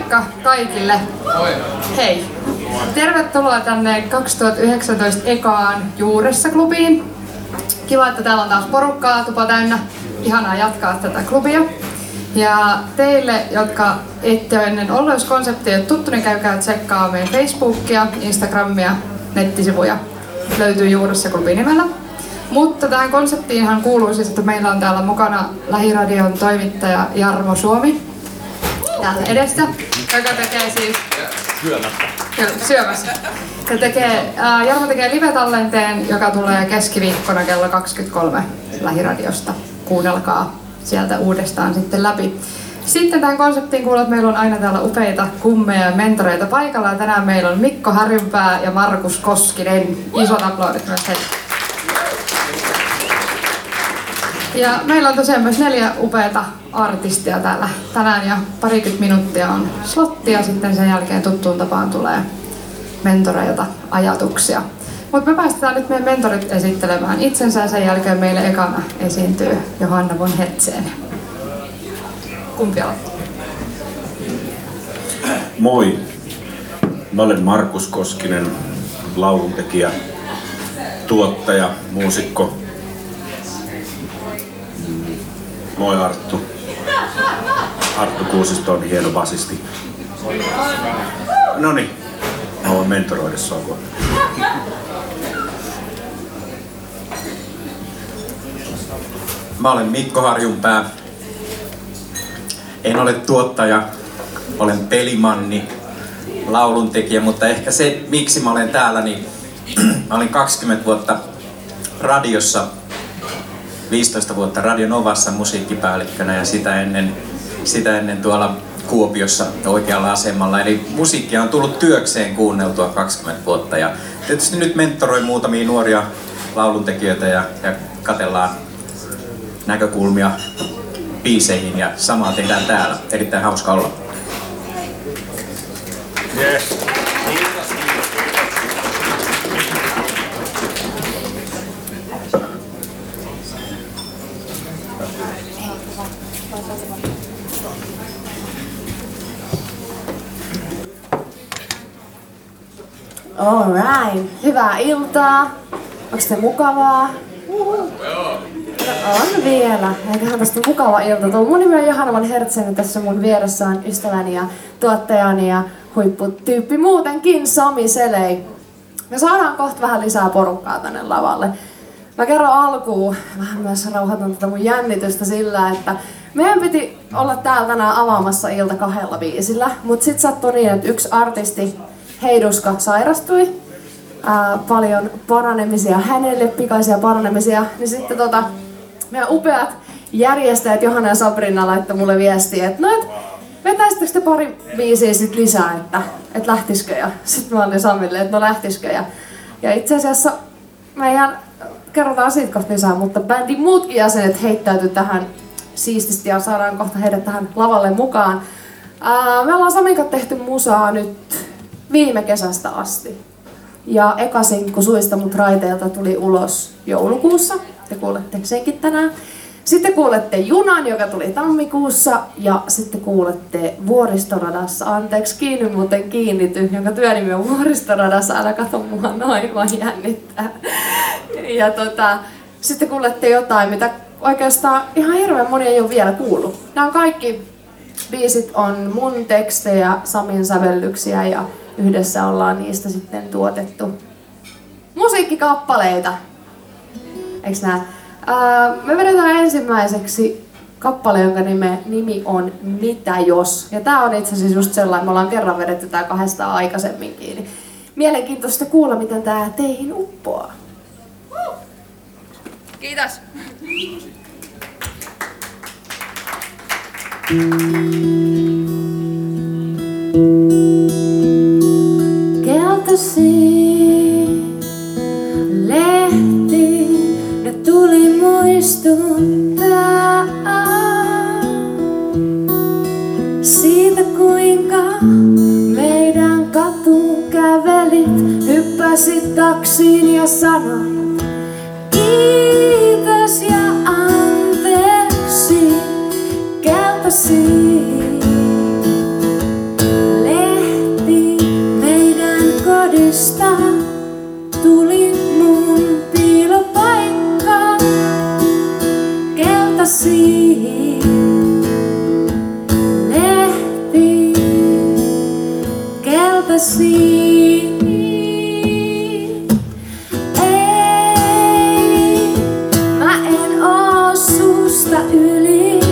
Moikka kaikille! Moi! Hei! Tervetuloa tänne 2019 ekaan Juuressa-klubiin. Kiva, että täällä on taas porukkaa, tupa täynnä. Ihanaa jatkaa tätä klubia. Ja teille, jotka ette ole ennen ollut, jos konsepti ei ole tuttu, niin käykää tsekkaa meidän Facebookia, Instagramia, nettisivuja. Löytyy Juuressa-klubin nimellä. Mutta tähän konseptiinhan kuuluu siis, että meillä on täällä mukana Lähiradion toimittaja Jarmo Suomi täällä edessä, joka tekee siis syömässä. Jarmo tekee live-tallenteen, joka tulee keskiviikkona kello 23 Lähiradiosta. Kuunnelkaa sieltä uudestaan sitten läpi. Sitten tähän konseptiin kuuluu, että meillä on aina täällä upeita kummeja ja mentoreita paikalla. Ja tänään meillä on Mikko Harjunpää ja Markus Koskinen. Isot aplodit myös heille. Ja meillä on tosiaan myös 4 upeata artistia täällä tänään ja parikymmentä minuuttia on slottia. Sitten sen jälkeen tuttuun tapaan tulee mentoreilta ajatuksia. Mutta me päästetään nyt meidän mentorit esittelemään itsensä ja sen jälkeen meille ekana esiintyy Johanna von Hertzen. Kumpi aloittaa? Moi! Mä olen Markus Koskinen, lauluntekijä, tuottaja, muusikko. Moi Arttu. Arttu Kuusisto on hieno basisti. Noniin, mä voin mentoroida sua kohta. Mä olen Mikko Harjunpää. En ole tuottaja, olen pelimanni, lauluntekijä, mutta ehkä se miksi mä olen täällä, niin mä olin 20 vuotta radiossa, 15 vuotta Radio Novassa musiikkipäällikkönä ja sitä ennen tuolla Kuopiossa oikealla asemalla. Eli musiikkia on tullut työkseen kuunneltua 20 vuotta ja tietysti nyt mentoroin muutamia nuoria lauluntekijöitä ja katsellaan näkökulmia biiseihin ja samaa tehdään täällä. Erittäin hauska olla. Yes. Alright, hyvää iltaa. Onks te mukavaa? On vielä. Eiköhän tästä mukava ilta. Mun nimi on Johanna von Hertzen ja tässä mun vieressä on ystäväni ja tuottajani ja huipputyyppi muutenkin Sami Selei. Me saadaan kohta vähän lisää porukkaa tänne lavalle. Mä kerron alkuun, vähän myös rauhoitan tätä mun jännitystä sillä, että meidän piti olla täällä tänään avaamassa ilta 2 biisillä, mut sit sattui niin, että yksi artisti Heiduska sairastui. Paljon paranemisia hänelle, pikaisia paranemisia, niin sitten meidän upeat järjestäjät Johanna ja Sabrina laittoi mulle viestiä, että vetäisittekö te pari biisiä sit lisää, että lähtisikö, ja sitten mä olin Samille, että no lähtisikö, ja itse asiassa meidän kerrotaan siitä kohta lisää, mutta bändin muutkin jäsenet heittäytyi tähän siististi ja saadaan kohta heidät tähän lavalle mukaan. Me ollaan Samin kanssa tehty musaa nyt viime kesästä asti. Ja eka sinkku Suista mut raiteilta tuli ulos joulukuussa. Te kuulette senkin tänään. Sitten kuulette Junan, joka tuli tammikuussa. Ja sitten kuulette Vuoristoradassa. Anteeksi, kiinni muuten kiinnity, jonka työnimi on Vuoristoradassa. Älä katso mua noin, vaan jännittää. Ja sitten kuulette jotain, mitä oikeastaan ihan hirveän moni ei ole vielä kuullut. Nämä kaikki biisit on mun tekstejä, Samin sävellyksiä ja yhdessä ollaan niistä sitten tuotettu musiikkikappaleita. Eiks nää? Me vedetään ensimmäiseksi kappale, jonka nimi on Mitä jos? Ja tää on itse asiassa just sellainen, me ollaan kerran vedetty tää 2 aikaisemminkin. Niin mielenkiintoista kuulla, miten tää teihin uppoaa. Kiitos! Keltaisiin lehtiin ne tuli muistuttaa siitä, kuinka meidän katu kävelit, hyppäsit taksiin ja sanoit kiitos ja anteeksi. Keltaisiin Ei, mä en oo susta yli,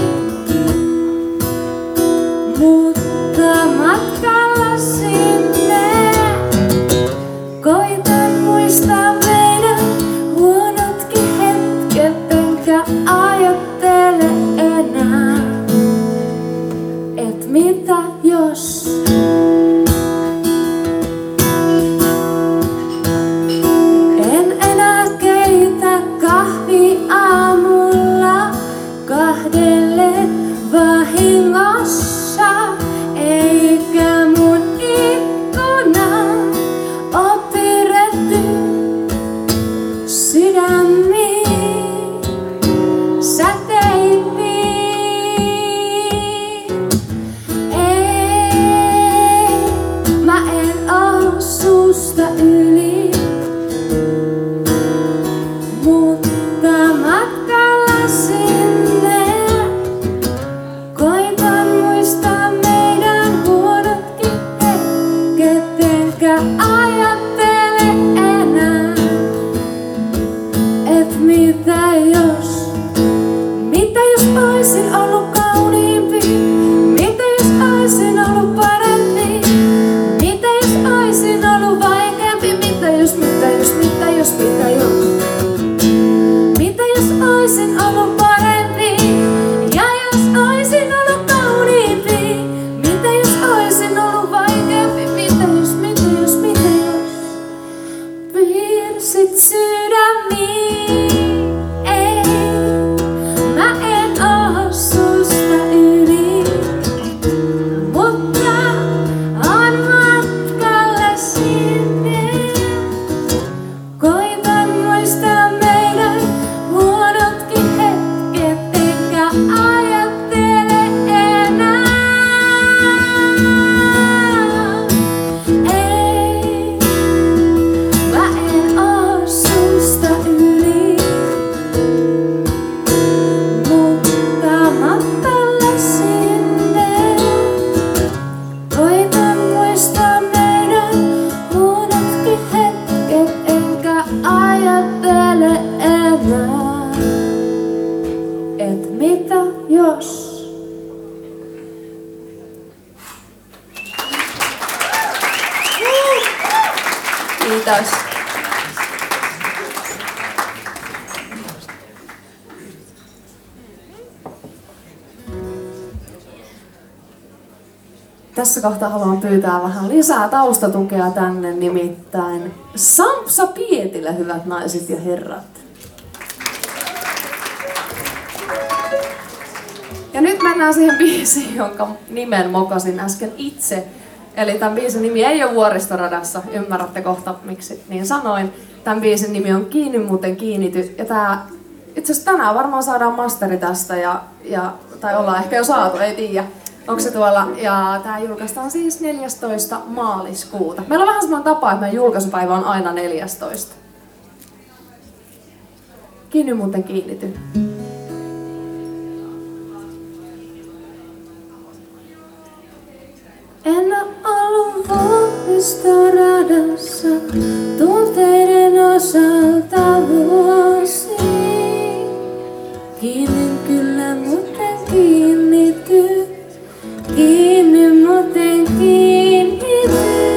mutta matkalla sinne koitan muistaa meidän huonotkin hetket, enkä ajattele enää, et mitä jos. En enää keitä kahvi aamulla kahdelle vahingossa, eikä mun ikkuna oo piirretty sydämiin säteihin. Ei, mä en oo susta yli, mutta matkalla sinne koitan muistaa meidän huonotkin hetket, enkä ajattele enää, et mitä jos. Mitä jos oisin ollut kauniimpi? Mitä jos oisin ollut parempi? Mitä jos oisin ollut vaikeampi? Mitä jos, mitä jos, mitä jos, mitä jos? Mitä jos oisin ollut parempi? Ja jos oisin ollut kauniimpi? Mitä jos oisin ollut vaikeampi? Mitä jos, mitä jos, mitä jos? Piirsit sydämiin. Ei, mä en oo susta yli, mutta on matkalla sinne. Koitan muistaa meidän huonotkin hetket, enkä ajattele enää. Ei, mä en oo susta yli, mutta matkalla sinne koitan muistaa meidän huonotkin hetket, enkä ajattele enää, et mitä jos. Kiitos. Tässä kohtaa haluan pyytää vähän lisää taustatukea tänne, nimittäin Sampsa Pietilä, hyvät naiset ja herrat. Ja nyt mennään siihen biisiin, jonka nimen mokasin äsken itse. Eli tämän biisin nimi ei ole Vuoristoradassa, ymmärrätte kohta miksi niin sanoin. Tämän biisin nimi on Kiinni muuten kiinnity. Ja tää, itse asiassa tänään varmaan saadaan masteri tästä, tai ollaan ehkä jo saatu, ei tiedä. Onko se tuolla? Ja tää julkaistaan siis 14. maaliskuuta. Meillä on vähän semmoinen tapa, että meidän julkaisupäivä on aina 14. Kiinni muuten kiinnity. En oo ollut Vuoristoradassa tunteiden osalta vuosi. Kiinnin kyllä muuten kiinnity. Kiinni muuten kiinnity.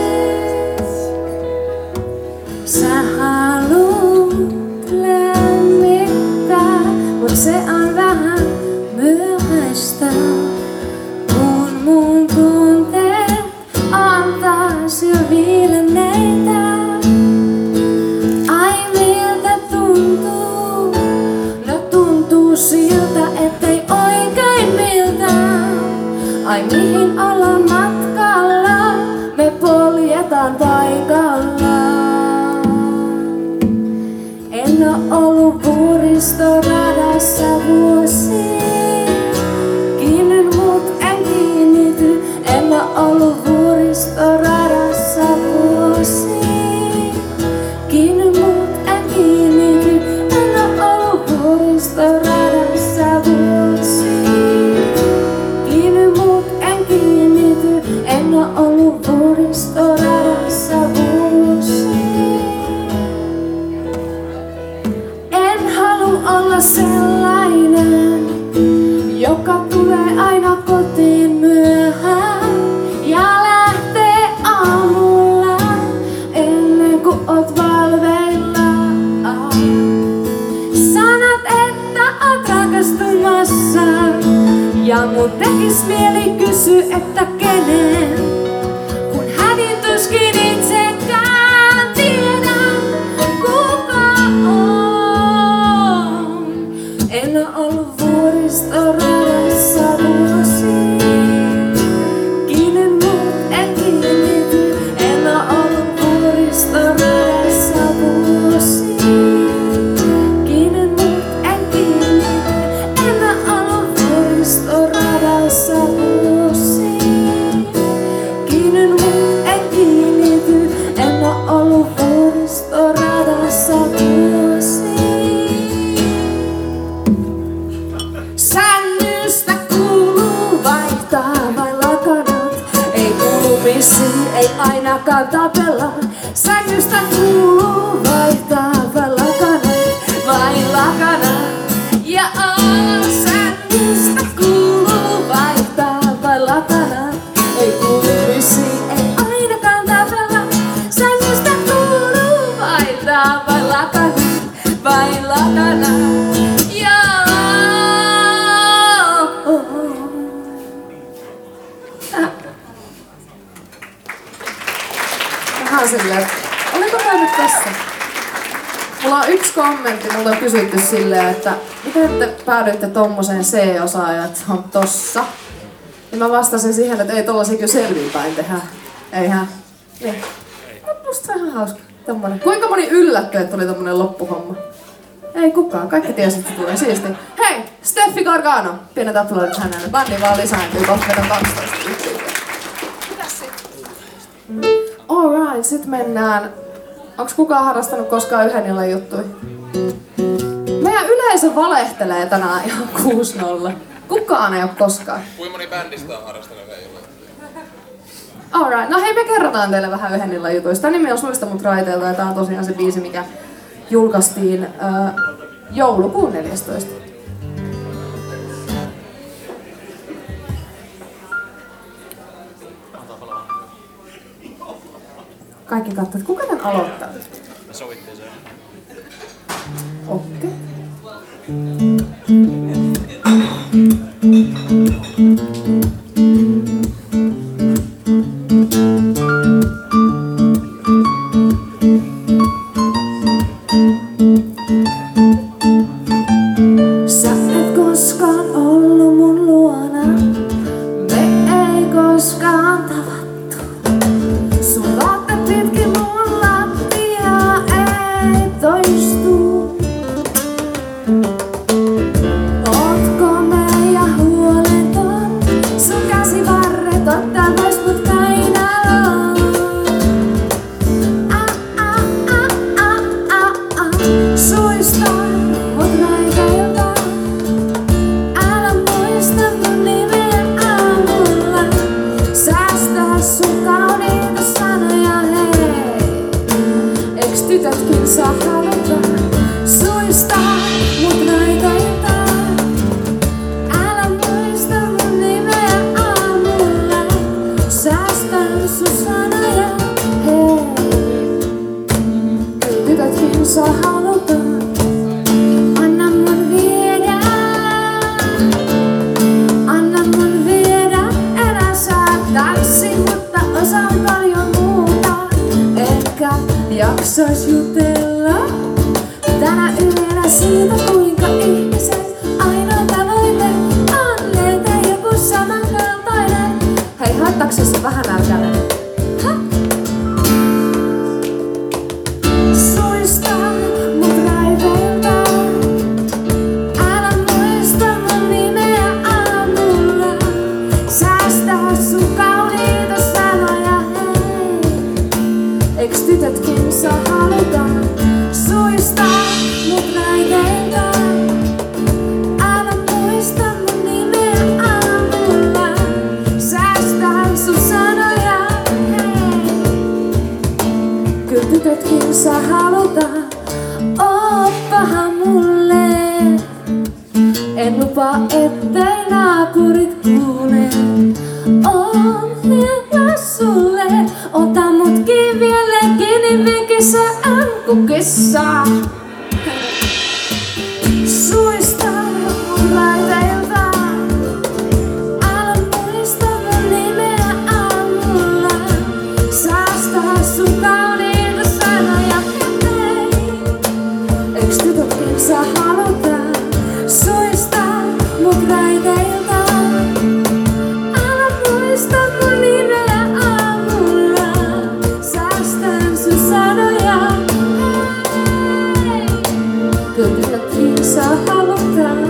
Sä haluut lämmittää, mut se on vähän myöhäistä. Mun tunteet on taas jo viilenneitä. Ai miltä tuntuu? No tuntuu siltä, ettei oikein miltä. Ai mihin ollaan matkalla? Me poljetaan paikallaan. En oo ollut Vuoristoradassa vuosiin. Kiinnyn mut en kiinnity. En oo ollut Vuoristoradassa vuosiin. Kiinnyn mut en kiinnity. En oo ollut Vuoristoradassa vuosiin. Kiinnyn mut en kiinnity. En oo ollut Vuoristoradassa. sellainen, joka tulee aina kotiin myöhään ja lähtee aamulla ennen kuin oot valveilla. Sanat, että oot rakastumassa ja mun tekis mieli kysyä, että kenen, kun hädin tuskin itsekään tiedän kuka on. En oo ollut vuoristoradassa vuosiin, kiinni mut en kiinnity. En oo ollut vuoristoradassa vuosiin, kiinni mut en kiinnity. En oo ollut vuoristoradassa vuosiin, kiinni mut en kiinnity. En oo ollut vuoristoradassa vuosiin. Sängystä kuuluu vaihtaa vai lakanat, ei kuulu missiin, ei ainakaan tapella. Sängystä kuuluu vaihtaa vai lakanat, ja sängystä kuuluu vaihtaa vai lakanat, ei kuulu missiin, ei ainakaan tapella. Sängystä kuuluu vaihtaa vai lakanat, ja vähän silleen, oliko tää nyt tässä? Mulla on yksi kommentti, mulla on kysytty silleen, että miten te päädyitte tommoseen C-osaan, että se on tossa. Ja mä vastasin siihen, että ei tollasia kyllä selvinpäin tehdä. Eihän. Niin. Musta se on ihan hauska. Tommonen. Kuinka moni yllättyi, että tuli tommonen loppuhomma? Ei kukaan, kaikki tiesi, että se tulee siisti. Hei, Steffi Gargano! Pienet aplodit hänelle. Bändi vaan lisääntyy, kohta meitä 12 yhteyttä. Mitäs sit? Alright, sit mennään. Onks kukaan harrastanut koskaan yhden illan juttuja? Meidän yleisö valehtelee tänään ihan 6-0. Kukaan ei oo koskaan. Kuinka moni bändistä on harrastanut yhden illan? Alright, no hei, me kerrotaan teille vähän yhden illan jutuista. Tää nimi on Suista mut raiteilta ja tää on tosiaan se biisi, mikä julkaistiin joulukuun 14. Kaikki katsoo, että kuka tän aloittaa? Me sovittiin se. Okei. Sä et koskaan ollu mun luona, me ei koskaan tavattu. Sun vaate pitkin mun lattia ei toistu. Ootko me ja huoleton, sun käsivarret ottaa vois mut kainaloon. Suista mut raiteilta, älä muista mun nimeä aamulla. Säästää sun kauniita sanoja, hei. Eiks tytötkin saa haluta? Suista mut raiteilta, älä muista mun nimeä aamulla. Säästää sun sanoja, hei. Tytötkin saa haluta. Anna mun viedä, anna mun viedä. Enää saa tanssi, mutta osaan paljon muuta. Ehkä jaksais jutella tänä yönä siitä, kuinka ihmiset aina tavoite on löytää joku samankaltainen. Hei, haittaaks se vähän älkäinen? Suista mut raiteilta, älä muista mun nimeä aamulla. Säästää sun kauniita sanoja, hei. Eiks tytötkin saa haluta? Suista mut raiteilta, älä muista mun nimeä aamulla. Säästää sun sanoja, hei. Kyllä tytötkin saa haluta. Ooppahan mulle lupa, ettei naapurit kuule. On hieno sulle, ota mut kiville kiinni vinkissä kun kissaa. Suista mun raiteilta, älä muista mun nimeä aamulla. Säästää sun kauniita sanoja käteen, eiks tytötkin saa haluta. Suista mun raiteilta, älä muista mun nimeä aamulla. Säästän sun sanoja, hei, tytötkin saa haluta.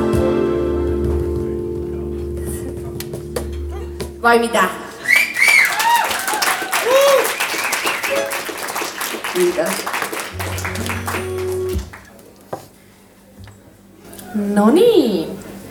Vai mitä? Kiitos. No niin.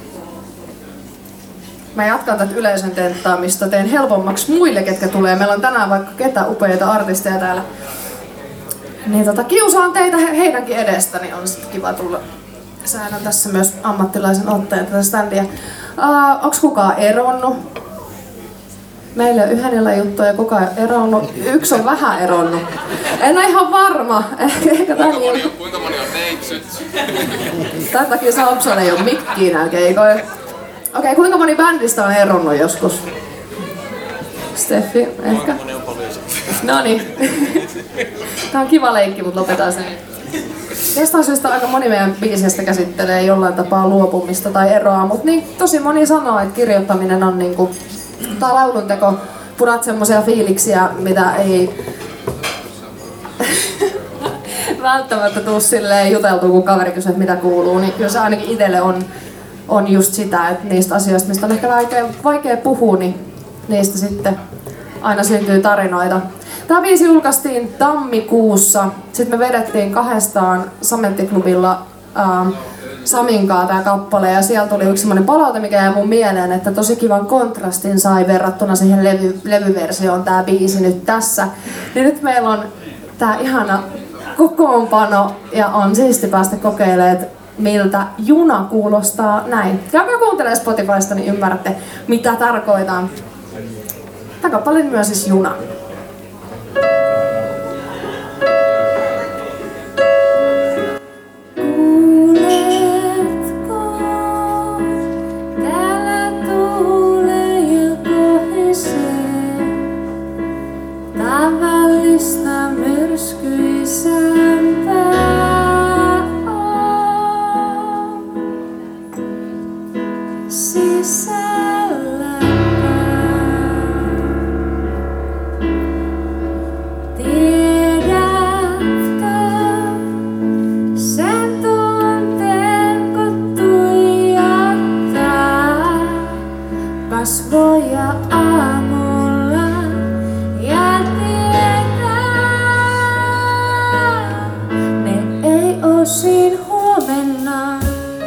Mä jatkan tätä yleisön tenttaamista, teen helpommaksi muille, ketkä tulee. Meillä on tänään vaikka ketä upeita artisteja täällä. Niin kiusaan teitä heidänkin edestä, niin on sitten kiva tulla. Säännän tässä myös ammattilaisen otteen tätä standia. Onks kukaan eronnut? Meillä on yhdellä juttu ja kukaan eronnut. Yksi on vähän eronnut. En ole ihan varma. Kuinka moni on neitsyt? Tän takia Samson ei oo mikkiä nää keikoilla. Okei, kuinka moni bändistä on eronnut joskus? Steffi, ehkä? Moni on poliisi. Noniin. Tää on kiva leikki, mut lopetaan sen. Jostain syystä aika moni meidän biisistä käsittelee jollain tapaa luopumista tai eroa, mutta niin tosi moni sanoo, että kirjoittaminen on niinku, tai laulunteko, purat semmosia fiiliksiä, mitä ei välttämättä tuu silleen juteltua, kun kaveri kysyy, mitä kuuluu, niin kyllä se ainakin itselle on just sitä, että niistä asioista, mistä on ehkä vaikea puhua, niin niistä sitten aina syntyy tarinoita. Tämä biisi julkaistiin tammikuussa. Sitten me vedettiin kahdestaan Samettiklubilla Saminkaa tämä kappale ja siellä tuli yksi semmoinen palaute, mikä jäi mun mieleen, että tosi kivan kontrastin sai verrattuna siihen levyversioon tämä biisi nyt tässä. Niin nyt meillä on tää ihana kokoonpano ja on siisti päästä kokeilemaan, miltä juna kuulostaa näin. Käykää kuuntelemaan Spotifysta, niin ymmärrätte mitä tarkoitan. Tämä kappale myös siis juna. Kasvoja aamulla ja tietää, ne ei oo siinä huomenna.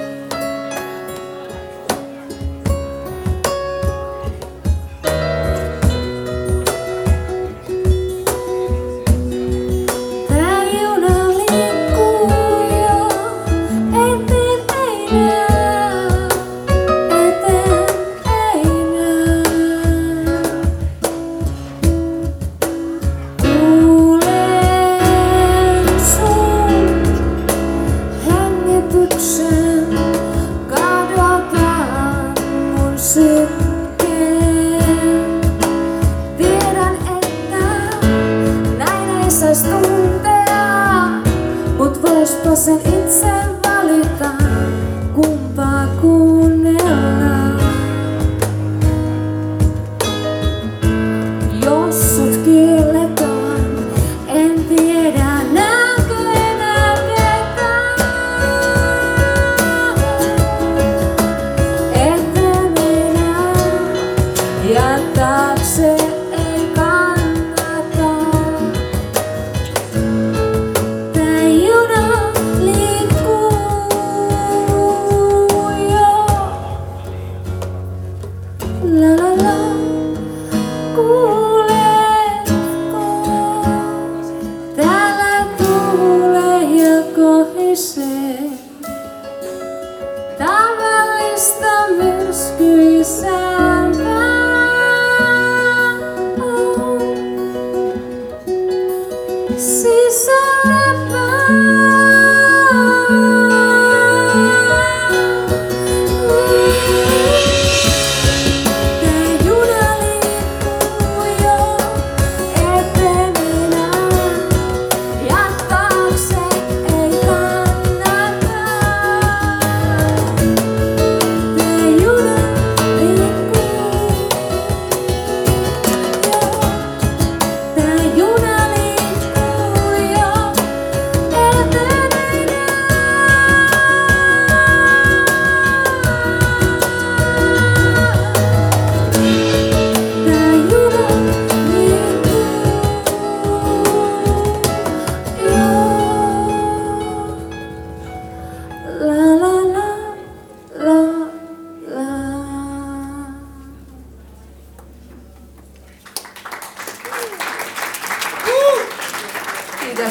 Tää juna liikkuu jo, eteen ei näe, eteen ei näe. Kuulen sun hengityksen kadota mun sykkeen. Tiedän, että näin ei sais tuntea, mut voispa sen itse valita, kumpaa kuunnella. Jos sut kielletään, en tiedä näkö enää ketään. Eteen ei näe ja taakse ei kannata. Tää juna liikkuu Kiitos.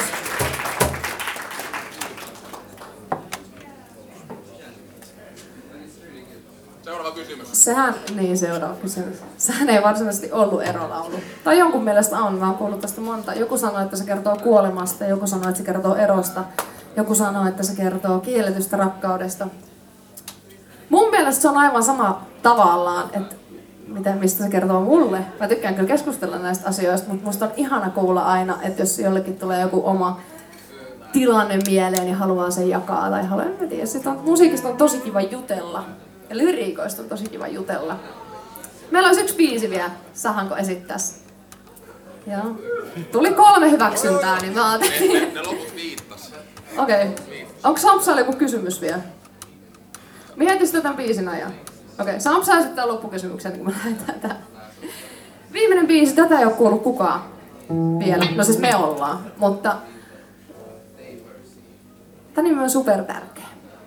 Seuraava kysymys. Seuraava kysymys. Sehän ei varsinaisesti ollut erolaulu. Tai jonkun mielestä on, mä oon kuullut tästä monta. Joku sanoi, että se kertoo kuolemasta, joku sanoi, että se kertoo erosta, joku sanoi, että se kertoo kielletystä rakkaudesta. Mun mielestä se on aivan sama tavallaan, että mistä se kertoo mulle. Mä tykkään kyllä keskustella näistä asioista, mutta musta on ihana kuulla aina, että jos jollekin tulee joku oma tilanne mieleen ja haluaa sen jakaa tai haluaa, en tiedä. Musiikista on tosi kiva jutella ja lyriikoista on tosi kiva jutella. Meillä olisi yksi biisi vielä, sahanko esittäisi? Joo. Tuli 3 hyväksyntää, niin mä ajattelin. Ne loput viittas. Okei. Onko Sampsalla joku kysymys vielä? Mietin sitä tämän biisin ajan. Okei, Sampsa esittää loppukysymyksen, niin kun mä lähdetään tähän. Viimeinen biisi, tätä ei ole kuullut kukaan vielä. No siis me ollaan, mutta tämä nimi on super tärkeä.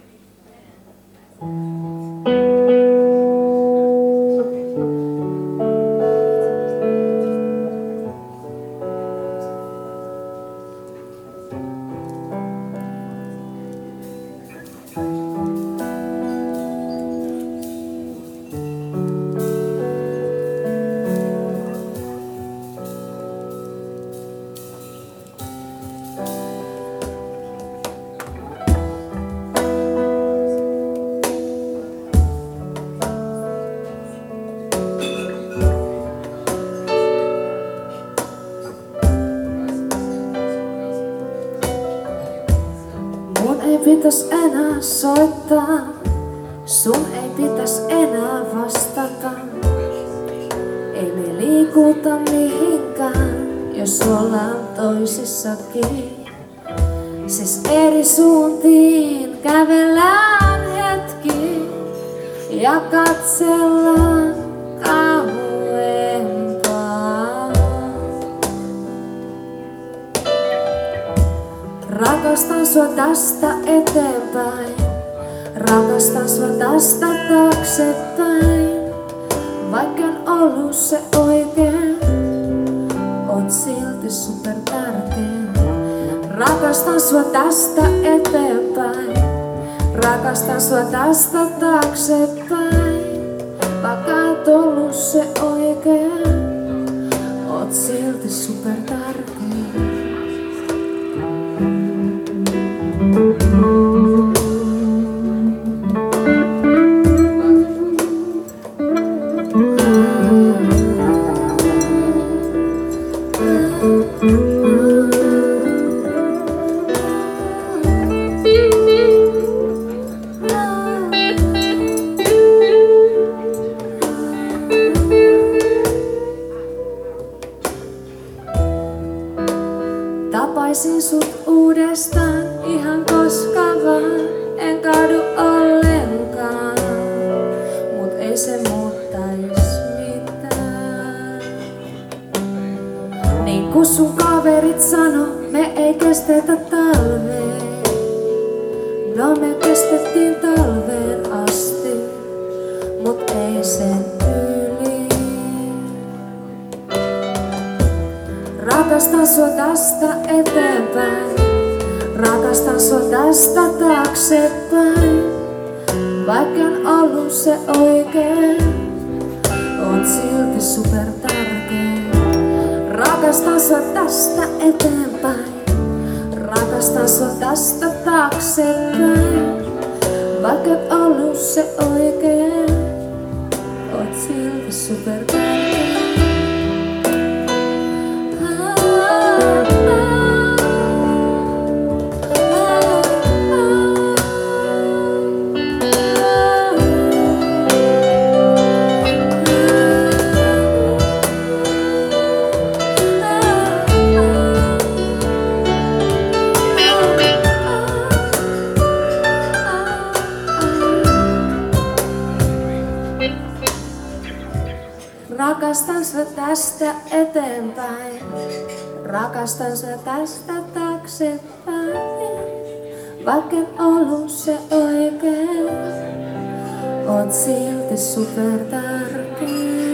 Pitäis enää soittaa, sun ei pitäis enää vastata. Ei me liikuta mihinkään, jos ollaan toisissakin. Siis eri suuntiin kävellään hetki ja katsellaan kauempaa. Rakastan sua tästä eteenpäin, rakastan sua tästä taaksepäin. Vaikka en ollut se oikein, oot silti super tärkeä. Rakastan sua tästä eteenpäin, rakastan sua tästä taaksepäin. Vaikka et ollut se oikein, oot silti super tärkeä. Tapaisin sut uudestaan ihan koska vaan, en kadu ollenkaan. Mut ei se muuttais mitään. Niin kun sun kaverit sano, me ei kestetä talveen. No me kestettiin talveen asti, mut ei sen yli. Rakastan sua tästä eteenpäin, rakastan sua tästä taaksepäin. Vaikka en ollut se oikein, oot silti super tärkeä. Rakastan sua tästä eteenpäin, Rakastan sua tästä taaksepäin. Vaikka et ollut se oikein, oot silti supertärkeä. Rakastan sua tästä eteenpäin. Rakastan sua tästä taaksepäin. Vaikka en ollut se oikein, oot silti supertärkeä.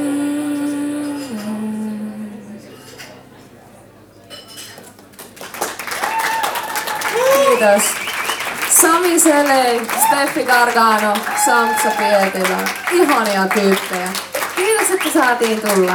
Kiitos. Sami Selei, Steffi Gargano, Samsa Pietilä. Ihania tyyppejä. Kiitos, että saatiin tulla.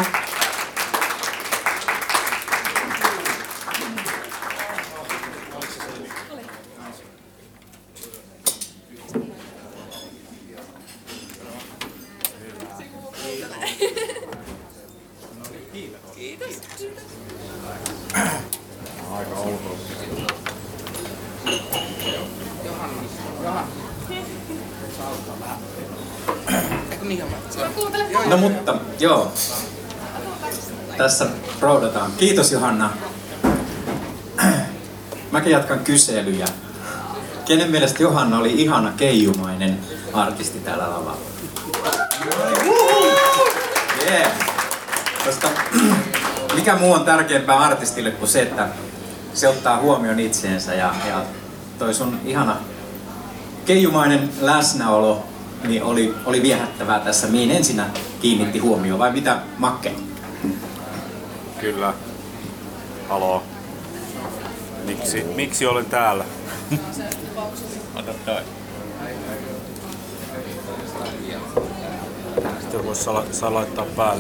No mutta, joo. Tässä roudataan. Kiitos Johanna. Mäkin jatkan kyselyjä. Kenen mielestä Johanna oli ihana keijumainen artisti täällä lavalla? Yeah. Koska mikä muu on tärkeämpää artistille kuin se, että se ottaa huomioon itseensä ja toi sun ihana keijumainen läsnäolo niin oli viehättävää tässä. Mihin ensinnä kiinnitti huomioon vai mitä Makke? Kyllä. Haloo. Miksi olen täällä? Ota toi. Sitten voisi saa laittaa päälle.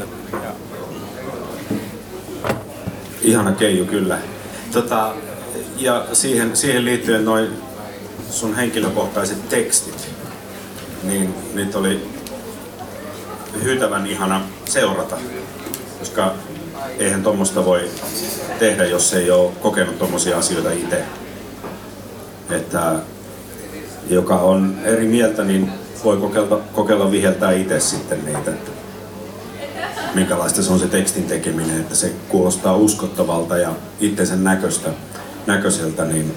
Ihana keiju kyllä. Ja siihen liittyen noin sun henkilökohtaiset tekstit, niin niitä oli hyytävän ihana seurata, koska eihän tommoista voi tehdä, jos ei ole kokenut tommosia asioita itse. Että joka on eri mieltä, niin voi kokeilla viheltää itse sitten niitä, että minkälaista se on se tekstin tekeminen, että se kuulostaa uskottavalta ja itsensä näköiseltä, niin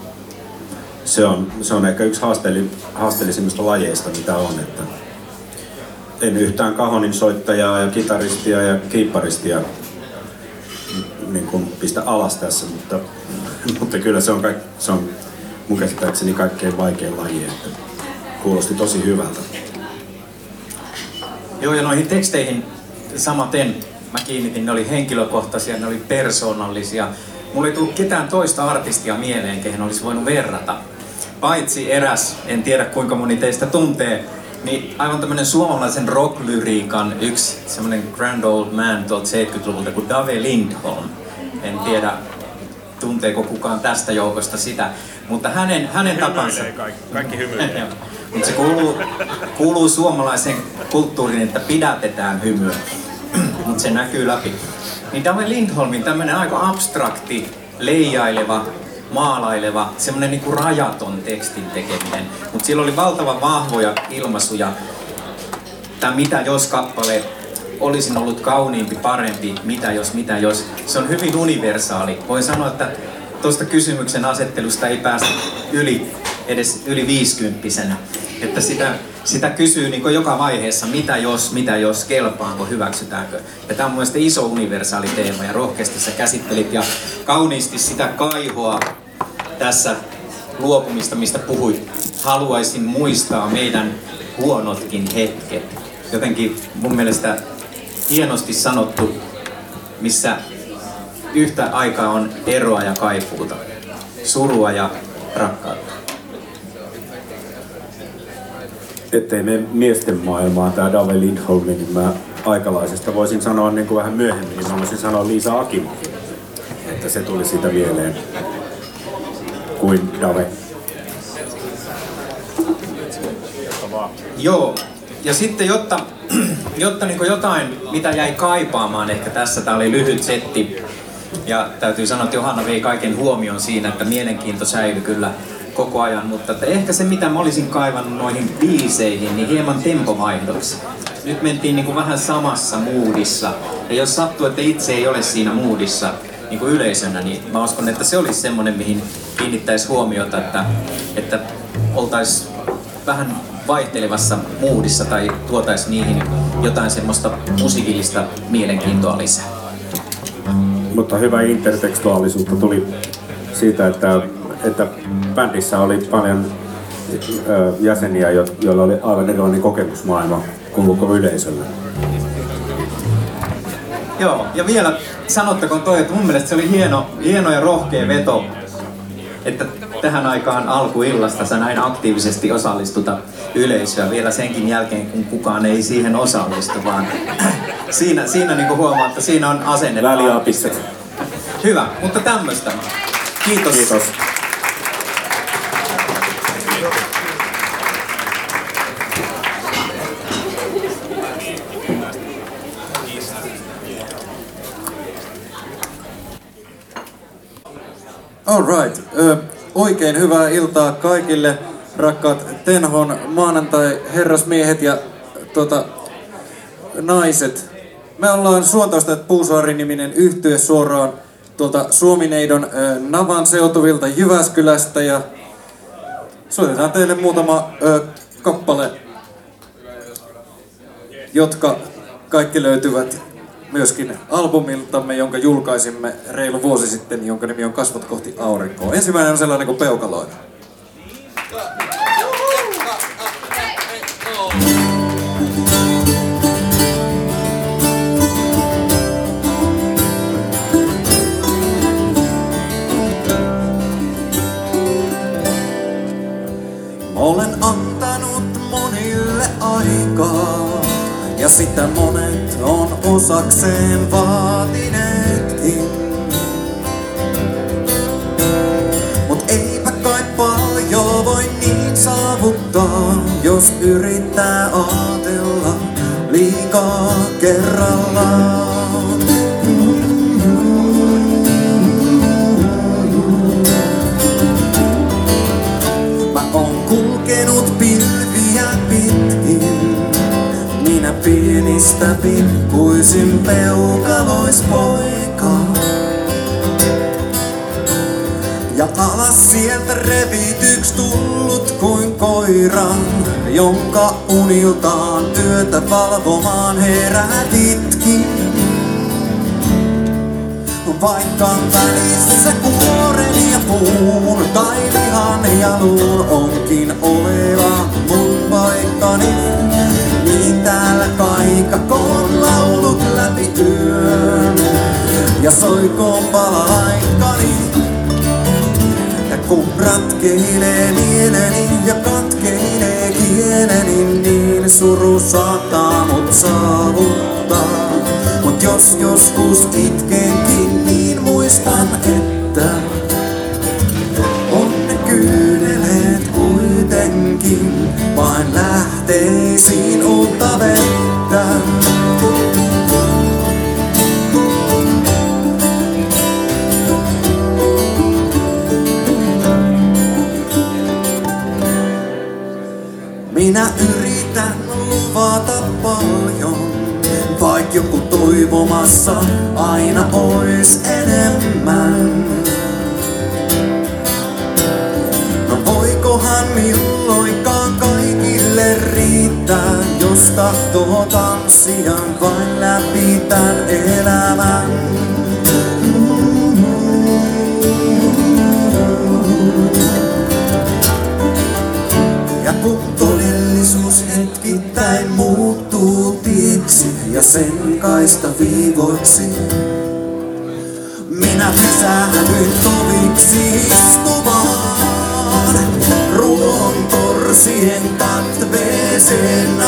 se on ehkä yksi haasteellisimmista lajeista, mitä on. Että en yhtään kahonin soittajaa ja kitaristia ja kiipparistia niin kuin pistä alas tässä, mutta kyllä se on mun käsittääkseni kaikkein vaikein laji, että kuulosti tosi hyvältä. Joo, ja noihin teksteihin samaten mä kiinnitin, ne oli henkilökohtaisia, ne oli persoonallisia. Mulla ei tullut ketään toista artistia mieleen, kehen olisi voinut verrata. Paitsi eräs, en tiedä kuinka moni teistä tuntee, niin aivan tämmönen suomalaisen rock-lyriikan yksi semmonen grand old man tuolta 70-luvulta kuin Dave Lindholm. En tiedä, tunteeko kukaan tästä joukosta sitä, mutta hänen tapansa... Kaikki hymyilee. Mutta se kuuluu suomalaiseen kulttuuriin, että pidätetään hymyä, mutta se näkyy läpi. Niin Dave Lindholmin tämmönen aika abstrakti, leijaileva, maalaileva, semmonen niinku rajaton tekstin tekeminen. Mutta sillä oli valtavan vahvoja ilmaisuja. Tää Mitä jos -kappale, olisin ollut kauniimpi, parempi, mitä jos. Se on hyvin universaali. Voin sanoa, että tuosta kysymyksen asettelusta ei päästä edes yli 50-vuotiaana. Että sitä kysyy niin joka vaiheessa, mitä jos, kelpaanko, hyväksytäänkö. Ja tämä on mun mielestä iso universaali teema ja rohkeasti sä käsittelit ja kauniisti sitä kaihoa tässä luopumista, mistä puhuit. Haluaisin muistaa meidän huonotkin hetket. Jotenkin mun mielestä hienosti sanottu, missä yhtä aikaa on eroa ja kaipuuta, surua ja rakkautta. Ettei mene miesten maailmaa tää Dave Lindholm, niin mä aikalaisesta voisin sanoa niin kuin vähän myöhemmin, niin mä voisin sanoa Liisa Akimovi, että se tuli siitä mieleen. kuin Dave. Joo, ja sitten jotta niin jotain, mitä jäi kaipaamaan ehkä tässä, tää oli lyhyt setti, ja täytyy sanoa, että Johanna vei kaiken huomioon siinä, että mielenkiinto säilyi kyllä koko ajan, mutta että ehkä se, mitä mä olisin kaivannut noihin biiseihin, niin hieman tempovaihdoksi. Nyt mentiin niin kuin vähän samassa moodissa, ja jos sattuu, että itse ei ole siinä moodissa niin kuin yleisönä, niin mä uskon, että se olisi semmoinen, mihin kiinnittäisi huomiota, että oltaisiin vähän vaihtelevassa moodissa tai tuotaisiin niihin jotain semmoista musiikillista mielenkiintoa lisää. Mutta hyvä intertekstuaalisuutta tuli siitä, että bändissä oli paljon jäseniä, joilla oli aivan erilainen kokemusmaailma kuin koko yleisöllä. Joo, ja vielä sanottakoon toi, että mun mielestä se oli hieno ja rohkea veto, että tähän aikaan alkuillasta sä näin aktiivisesti osallistuta yleisöä vielä senkin jälkeen, kun kukaan ei siihen osallistu, vaan siinä niinku huomaa, että siinä on asenne. Väliapisset. Hyvä, mutta tämmöstä. Kiitos. Kiitos. Alright. Oikein hyvää iltaa kaikille rakkaat Tenhon maanantai-herrasmiehet ja naiset. Me ollaan Suontausta Puusaari-niminen yhtye suoraan tuolta Suomineidon Navan seutuvilta Jyväskylästä ja soitetaan teille muutama kappale, jotka kaikki löytyvät myöskin albumiltamme, jonka julkaisimme reilu vuosi sitten, jonka nimi on Kasvot kohti aurinkoa. Ensimmäinen on sellainen kuin Peukaloita. Olen antanut monille aikaa. Ja sitä monet on osakseen vaatineetkin. Mut eipä kai paljon voi niin saavuttaa, jos yrittää aatella liikaa kerrallaan. Mä oon kulkenut pilviä pitkin. Minä pienistä pikkuisin peukalois poika. Ja alas sieltä revityks tullut kuin koira, jonka uniltaan työtä valvomaan herätitkin. Vaikka välissä kuoren ja puun tai lihan ja luun onkin oleva mun paikkani. Niin täällä kaikakoon laulut läpi yön ja soikoon palalaikkani. Ja kun ratkeilee mieleni ja katkeilee kieleni, niin suru saattaa mut saavuttaa. Mut jos joskus itkenkin, niin muistan, että on ne kyyneleet kuitenkin vain lähteisiin uutta vettä. Minä yritän luvata paljon, vaik joku toivomassa aina ois enemmän. No voikohan milloinkaan kaikille riittää, jos tahtoo tanssia vain läpi tän elämän. Ja kun todellisuus hetkittäin muuttuu tiiksi ja sen kaista viivoiksi, minä pysähdyin toviksi istumaan, ruohon torsien katveeseen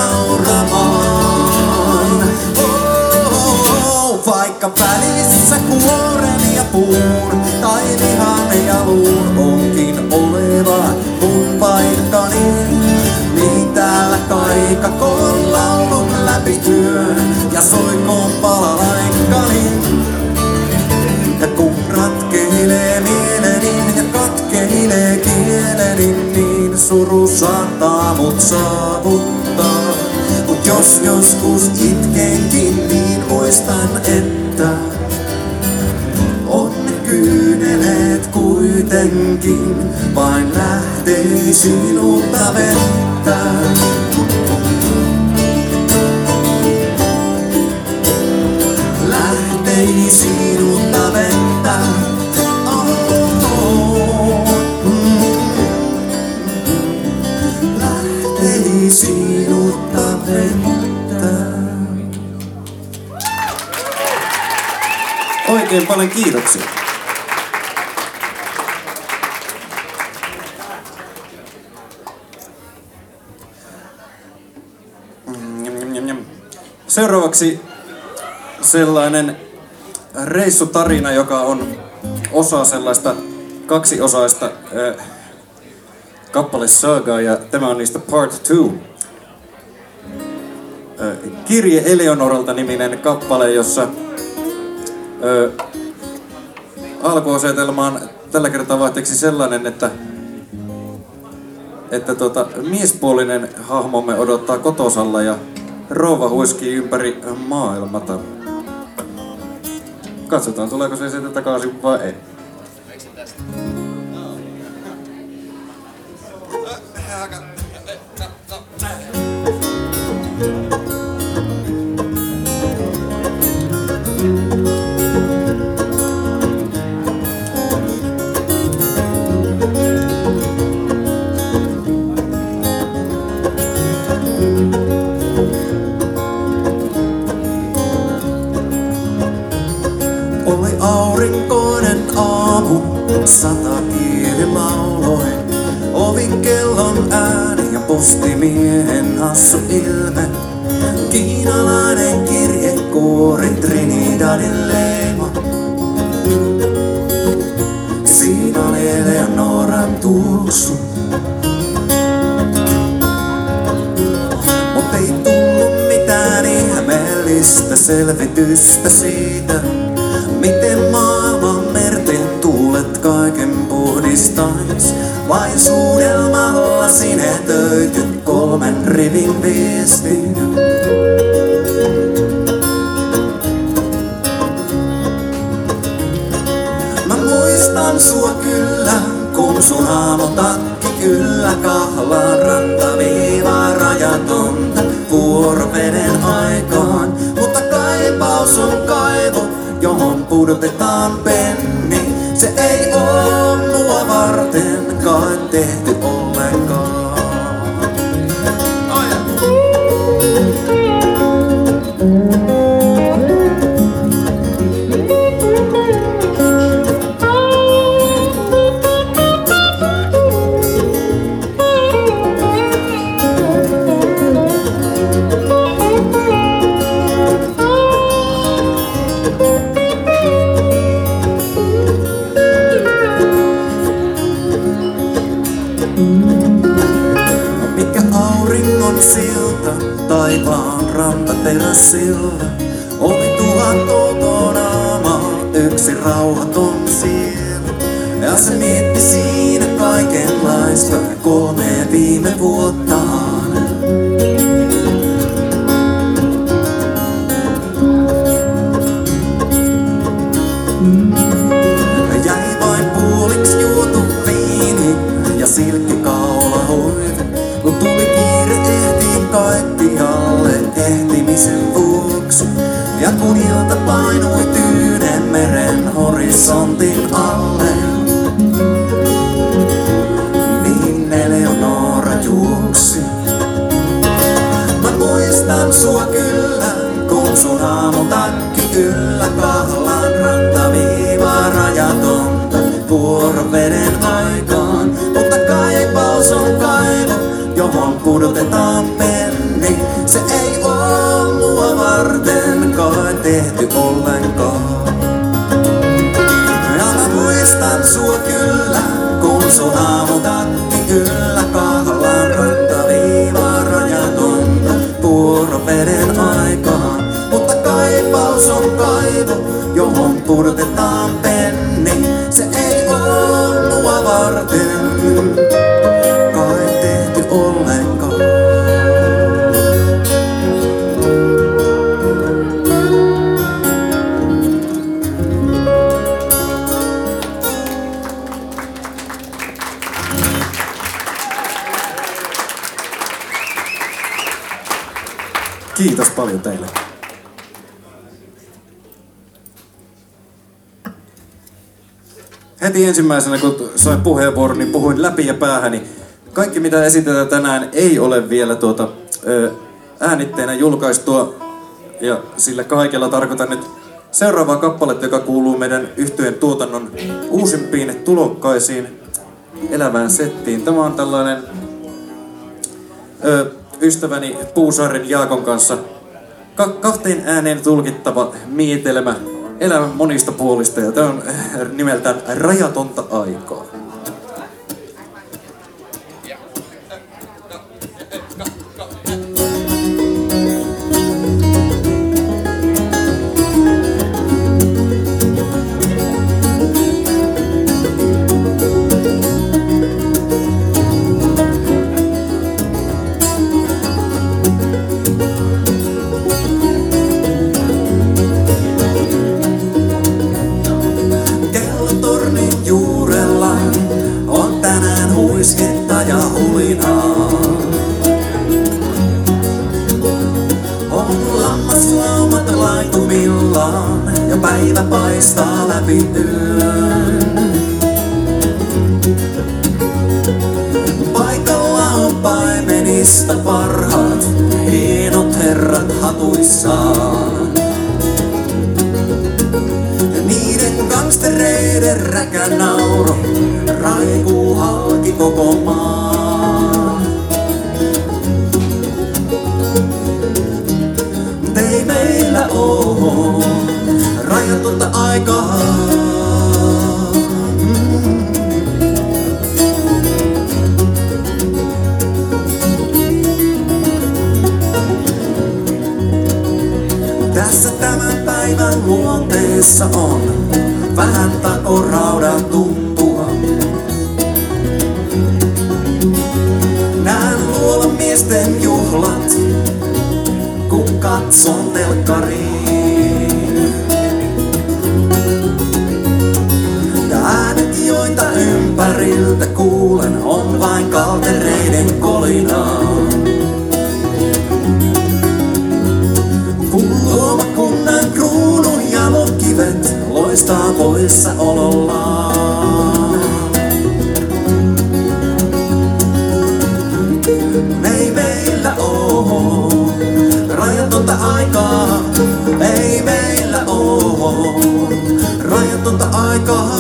nauramaan. Vaikka välissä kuoren ja puun tai lihan jaluun onkin oleva mun paikkani. Niin täällä kaikakoon laulun läpi yön ja soikoon balalaikkani. Ja kun ratkeilee mieleni ja katkeilee kieleni, niin suru saattaa mut saavuttaa. Mut jos joskus itkenkin, niin muistan, että on ne kyyneleet kuitenkin vain lähtee sinulta vettä. Lähtei sinulta vettä. Lähtei sinulta vettä. Oikein paljon kiitoksia. Seuraavaksi sellainen reissutarina, joka on osa sellaista kaksiosaista kappalesagaa, ja tämä on niistä part 2. Kirje Eleonoralta -niminen kappale, jossa alkuasetelma on tällä kertaa vaihteeksi sellainen, että miespuolinen hahmomme odottaa kotosalla ja rouva huiskii ympäri maailmata. Katsotaan, tuleeko se sieltä takaisin vai ei. Oli aurinkoinen aamu, satakieli lauloi. Ovikellon ääni ja postimiehen hassu ilme. Kiinalainen kirjekuori, Trinidadin leima. Siinä oli Eleonoran tuoksu. Mut ei tullut mitään ihmeellistä selvitystä siitä, miten maailman merten tuulet kaiken puhdistais. Vain suudelmalla sinetöityt 3 rivin viestin. Mä muistan sua kyllä, kun sun aamutakki kyllä kahlaan rantaviivaa rajatonta vuoroveden aikaan. Mutta kaipaus on kaivo, johon pudotetaan penni. Se ei oo mua varten kai tehty ollenkaan. Mikä auringon silta taivaan rantaterassilla. Oli 1000 outonaamaa, yksi rauhaton sielu. Ja se mietti siinä kaikenlaista 3 viime vuottaan. Jäi vain puoliksi juotu viini ja silkkikaula hoive. Kun tuli kiire, ehti kaikkialle ehtimisen vuoksi. Ja kun ilta painui Tyynen meren horisontin alle, niin Eleonora juoksi. Mä muistan sua kyllä, kun sun aamutakki kyllä kahlaan rantaviivaa rajatonta vuoroveden aikaan. Mutta kaipaus on kaivo, johon pudotetaan penni. Se ei oo mua varten kai tehty ollenkaan. sua kyllä, kun sun aamutakki kyllä. Kahlaan rantaviivaa rajatonta vuoroveden aikaan. Mutta kaipaus on kaivo, johon purtetaan penni. Se ei oo mua varten kai tehty ollenkaan. Kiitos paljon teille. Heti ensimmäisenä kun sain puheenvuoron, niin puhuin läpi ja päähäni. Kaikki mitä esitetään tänään ei ole vielä äänitteenä julkaistua. Ja sillä kaikella tarkoitan nyt seuraavaa kappaletta, joka kuuluu meidän yhtyeen tuotannon uusimpiin tulokkaisiin elävään settiin. Tämä on tällainen ystäväni Puusaaren Jaakon kanssa kahteen ääneen tulkittava miitelmä elämän monista puolista, ja tämä on nimeltään Rajatonta aikaa. Ja hulinaa. On lammaslaumat laitumillaan ja päivä paistaa läpi yön. Paikalla on paimenista parhaat, hienot herrat hatuissaan. Niiden gangstereiden räkänauro raikuu halki koko maan. Ei meillä oo rajatonta aikaa. Tässä tämän päivän luonteessa on vähän takoraudan tuntua. Näen luolan miesten juhlat, kun katson telkkariin. Ja äänet, joita ympäriltä kuulen, on vain kaltereiden kolinaa. Kun luomakunnan kruunun jalokivet loistaa poissaolollaan. Ei meillä oo rajatonta aikaa. Ei meillä oo rajatonta aikaa.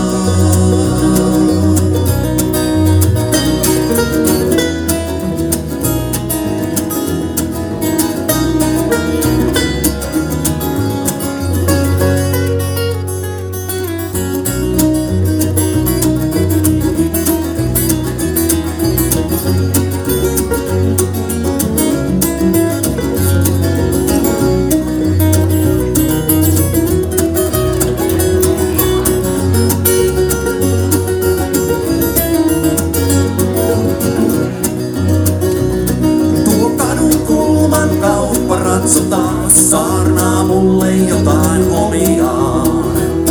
Ratsutaan saarnaa mulle jotain omiaan.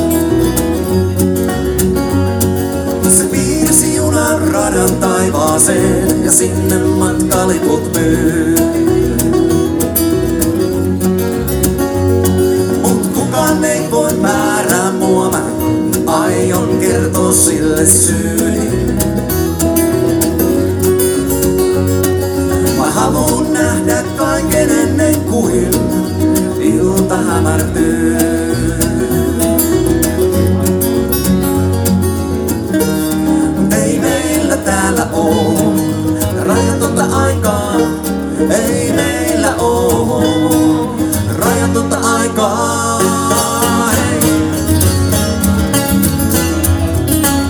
Se piirsi junan radan taivaaseen ja sinne matkaliput myy. Mut kukaan ei voi määrää mua, mä aion kertoa sille syyni. Mä haluun nähdä kaiken ennen kuin ilta hämärtyy. Ei meillä täällä oo rajatonta aikaa. Ei meillä oo rajatonta aikaa. Ei.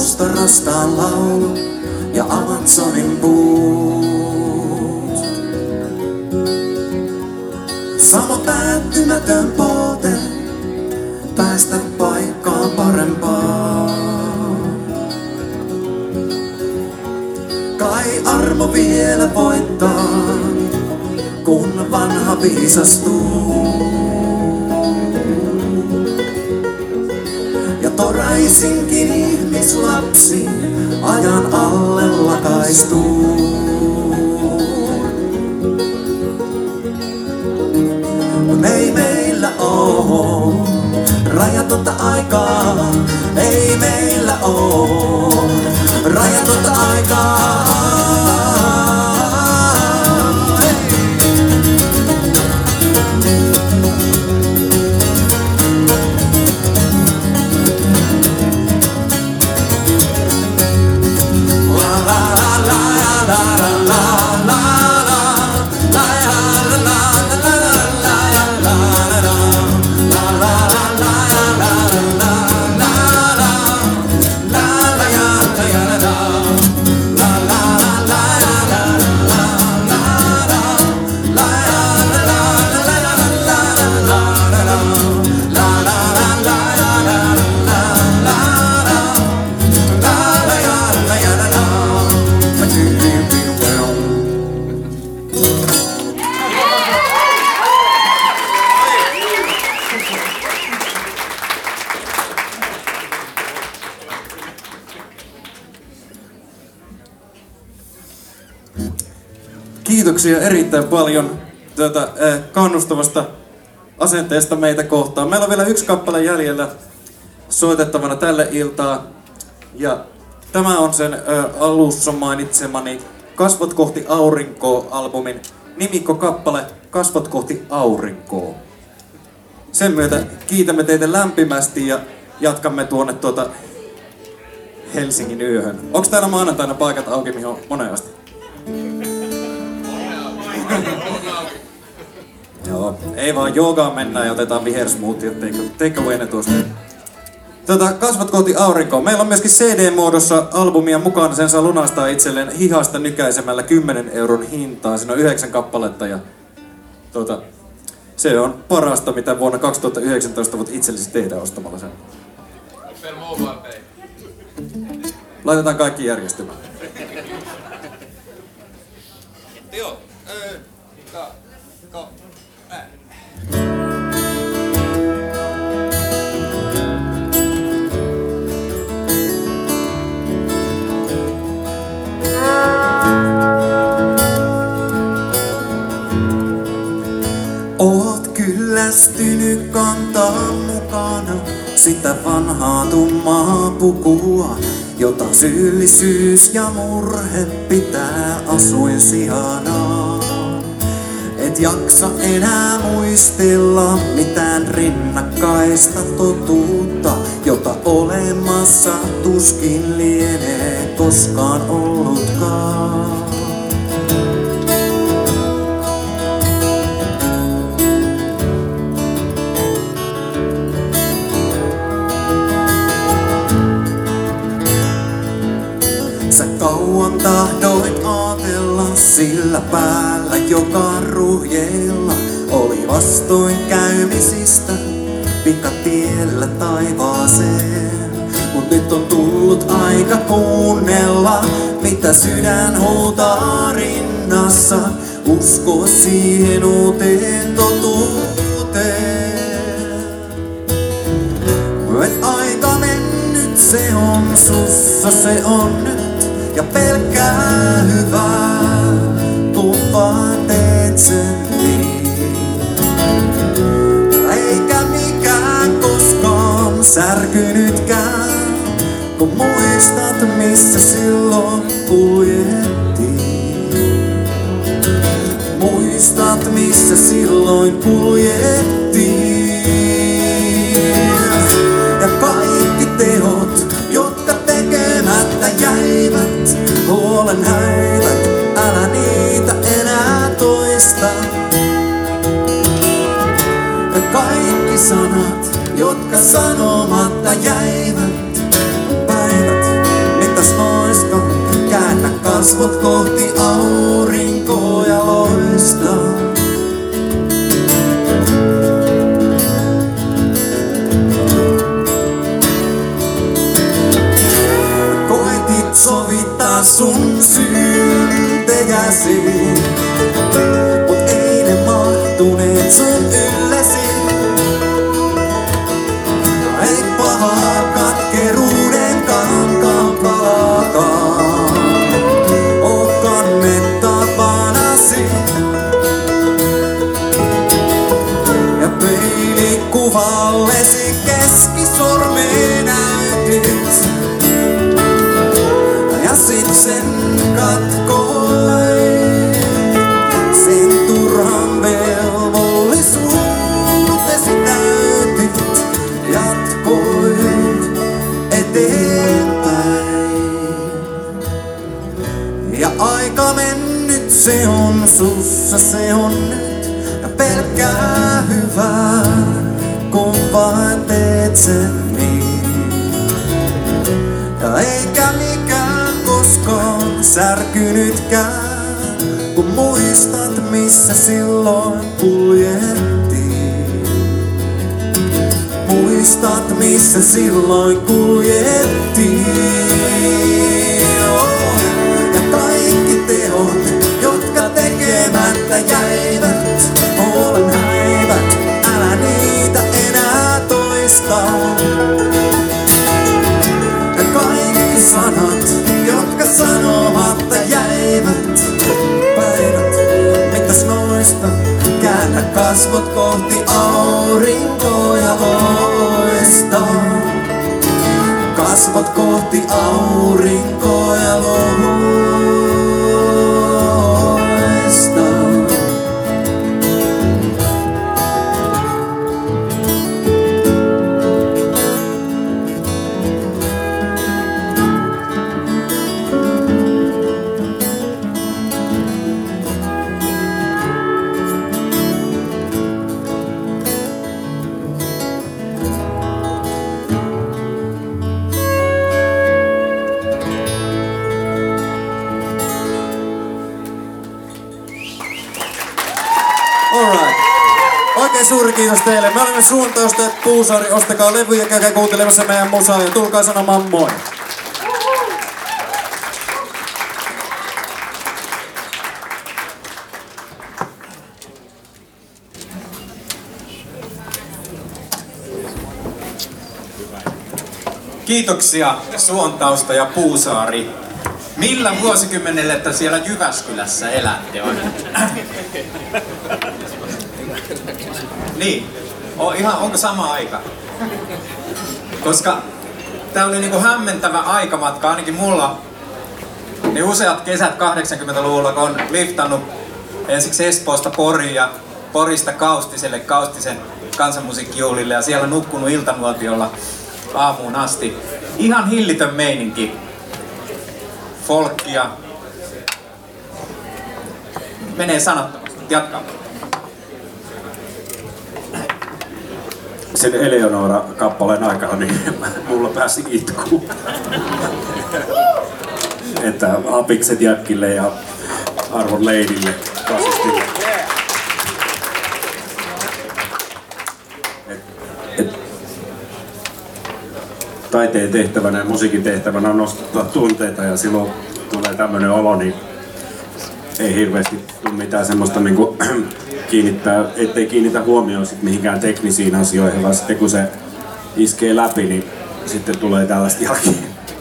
vuostorostaan laulu ja Amazonin puut. Sama päättymätön poote, päästä paikkaan parempaa. Kai armo vielä voittaa, kun vanha viisastuu. Ja toraisinkin ihmislapsi ajan alle lakaistuu. Kun ei meillä oo rajatonta aikaa, ei meillä oo rajatonta aikaa. Kiitoksia erittäin paljon kannustavasta asenteesta meitä kohtaan. Meillä on vielä yksi kappale jäljellä soitettavana tälle iltaa. Ja tämä on sen alussa mainitsemani Kasvot kohti aurinkoa-albumin nimikkokappale Kasvot kohti aurinkoa. Sen myötä kiitämme teitä lämpimästi ja jatkamme tuonne Helsingin yöhön. Onks täällä maanantaina paikat auki mihin moneen asti? Joo, ei vaan joogaan mennään ja otetaan vihersmoothie, teikö voi ne tuosta. Kasvat kohti aurinkoa. Meillä on myöskin CD-muodossa albumia mukana, sen saa lunastaa itselleen hihasta nykäisemällä 10 euron hintaa. Siinä on 9 kappaletta ja se on parasta mitä vuonna 2019 voit itsellesi tehdä ostamalla sen. Laitetaan kaikki järjestymään. Joo. Oot kyllästynyt kantaa mukana sitä vanhaa tummaa pukua, jota syyllisyys ja murhe pitää asuinsijanaan. Et jaksa enää muistella mitään rinnakkaista totuutta, jota olemassa tuskin lienee koskaan ollutkaan. Sä kauan tahdoit aatella sillä päällä, joka ruhjeilla oli vastoinkäymisistä pikatiellä taivaaseen. Mut nyt on tullut aika kuunnella, mitä sydän huutaa rinnassa, uskoa siihen uuteen totuuteen. Et aika mennyt, se on sussa, se on nyt. Ja pelkkää hyvää, kun vaan teet sen niin. Eikä mikään koskaan särkynytkään, kun muistat missä silloin kuljettiin. Muistat missä silloin kuljettiin. Ja kaikki tehot, jotka tekemättä jäivät, huolen häivät, älä niitä enää toista. Ja kaikki sanat, jotka sanomatta jäivät, päivät koskaan. Käännä kasvot kohti aurinkoa ja loista. Koetit sovittaa sun syntejäsi, mut ei ne mahtuneet sun yllesi. Ei pahaa katkeruuden kankaan palakaan, oo kannettavanasi. Ja peilikuvallesi keskisormeen näytit, ja sit sen katkoit, sen turhan velvollisuutesi täytit. Jatkoit eteenpäin. Ja aika mennyt, se on sussa, se on nyt. Ja pelkkää hyvää, kun vaan teet sen niin. Ja eikä mikään koskaan särkynytkään, kun muistat missä silloin kuljettiin. Muistat missä silloin kuljettiin. Oh. Ja kaikki teot, jotka tekemättä jäivät, olen häivät, älä niitä enää toista. Ja kaikki sanat, jotka sanomatta jäivät, päivät, mitäs noista? Käännä kasvot kohti aurinkoa ja loista. Kasvot kohti aurinkoa ja loista. Alright. Oikein suuri kiitos teille. Me olemme Suuntaustajat Puusaari. Ostakaa levyjä, käykää kuuntelemassa meidän musaa ja tulkaa sanomaan moi. Kiitoksia Suontausta ja Puusaari. Millä vuosikymmenellä te siellä Jyväskylässä elätte? Niin, onko sama aika? Koska tää oli niinku hämmentävä aikamatka, ainakin mulla. Niin useat kesät 80-luvulla, kun on liftannut ensiksi Espoosta Poriin ja Porista Kaustiselle, Kaustisen kansanmusiikkijuhlille ja siellä nukkunut iltanuotiolla aamuun asti. Ihan hillitön meininki. Folkia. Menee sanottomasti. Jatkaa. Sen Eleonora-kappaleen aikana niin mulla pääsi itkuun. Että apikset jätkille ja arvon leidille, kasistille. Taiteen tehtävänä ja musiikin tehtävänä on nostaa tunteita ja silloin tulee tämmönen olo, niin ei hirveästi tule mitään semmoista niinku ettei kiinnitä huomioon sit mihinkään teknisiin asioihin, vaan sitten kun se iskee läpi, niin sitten tulee tällaista jälkeen.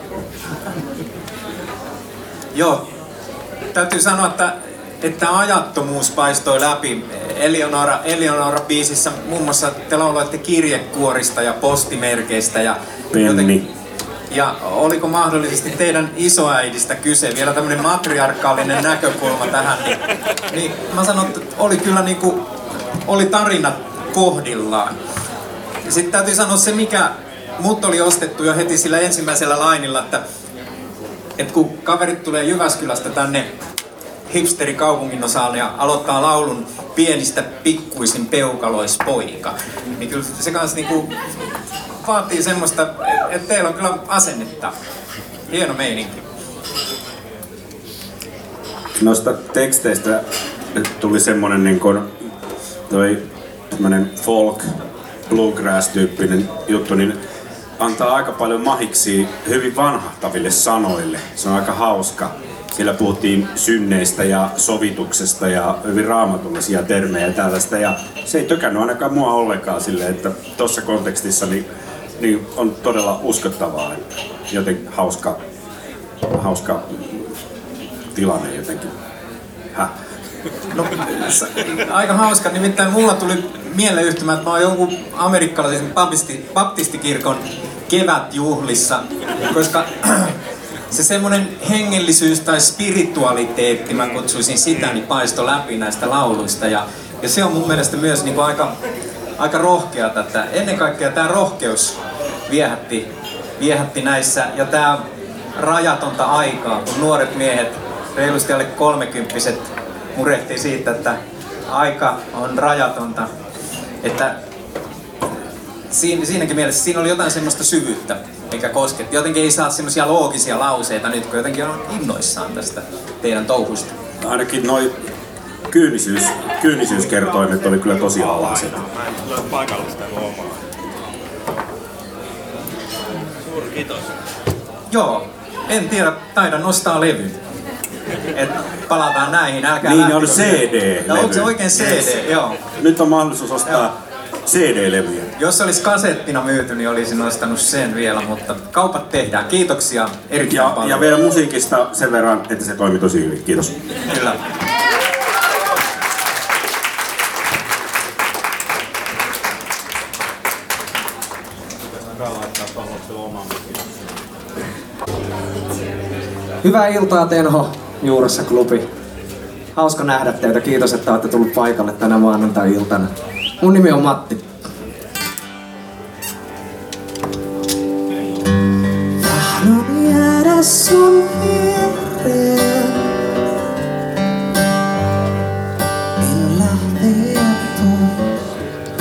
Joo, täytyy sanoa, että ajattomuus paistoi läpi. Eleonora-biisissä muun muassa te lauloitte kirjekuorista ja postimerkeistä ja Penni. Ja oliko mahdollisesti teidän isoäidistä kyse, vielä tämmönen matriarkaalinen näkökulma tähän, niin mä sanon, että oli kyllä niinku, oli tarina kohdillaan. Ja sitten täytyy sanoa se, mikä mut oli ostettu jo heti sillä ensimmäisellä lainilla, että kun kaverit tulee Jyväskylästä tänne hipsterikaupungin osaan ja aloittaa laulun pienistä pikkuisin peukaloispoika, niin kyllä se kanssa niinku vaatii semmoista, että teillä on kyllä asennetta. Hieno meininki. Noista teksteistä nyt tuli semmonen niin kuin toi folk, bluegrass-tyyppinen juttu, niin antaa aika paljon mahiksi hyvin vanhahtaville sanoille. Se on aika hauska. Siellä puhuttiin synneistä ja sovituksesta ja hyvin raamatullisia termejä ja tällaista. Ja se ei tökännyt ainakaan mua ollenkaan silleen, että tuossa kontekstissa niin on todella uskottavaa. Joten hauska tilanne jotenkin. No, aika hauska, nimittäin mulla tuli mieleyhtymä, että mä oon jonkun amerikkalaisen baptistikirkon kevätjuhlissa, koska se semmonen hengellisyys tai spiritualiteetti, mä kutsuisin sitä, niin paisto läpi näistä lauluista ja se on mun mielestä myös niin kuin aika rohkeata, että ennen kaikkea tää rohkeus viehätti näissä ja tää rajatonta aikaa, kun nuoret miehet, reilusti alle 30-vuotiaat murehtii siitä, että aika on rajatonta, että siinäkin mielessä siinä oli jotain semmoista syvyyttä, mikä kosketti. Jotenkin ei saa semmoisia loogisia lauseita nyt, kun jotenkin on innoissaan tästä teidän touhusta. Ainakin noi kyynisyyskertoimet oli kyllä tosi alhaiset. Kiitos. Joo, en tiedä, taidan nostaa levyn. Et palataan näihin, älkää Niin, lähtikö. oli CD-levy. No, onko se oikein CD? Joo. Nyt on mahdollisuus ostaa CD-levyjä. Jos olisi kasettina myyty, niin olisin nostanut sen vielä, mutta kaupat tehdään. Kiitoksia erittäin paljon. Ja vielä musiikista sen verran, että se toimi tosi hyvin. Kiitos. Kyllä. Hyvää iltaa Tenho, Juuressa klubi. Hauska nähdä teitä. Kiitos, että olette tullut paikalle tänä maanantai-iltana. Mun nimi on Matti. Tahdon jäädä sun viereen. En lähteä pois.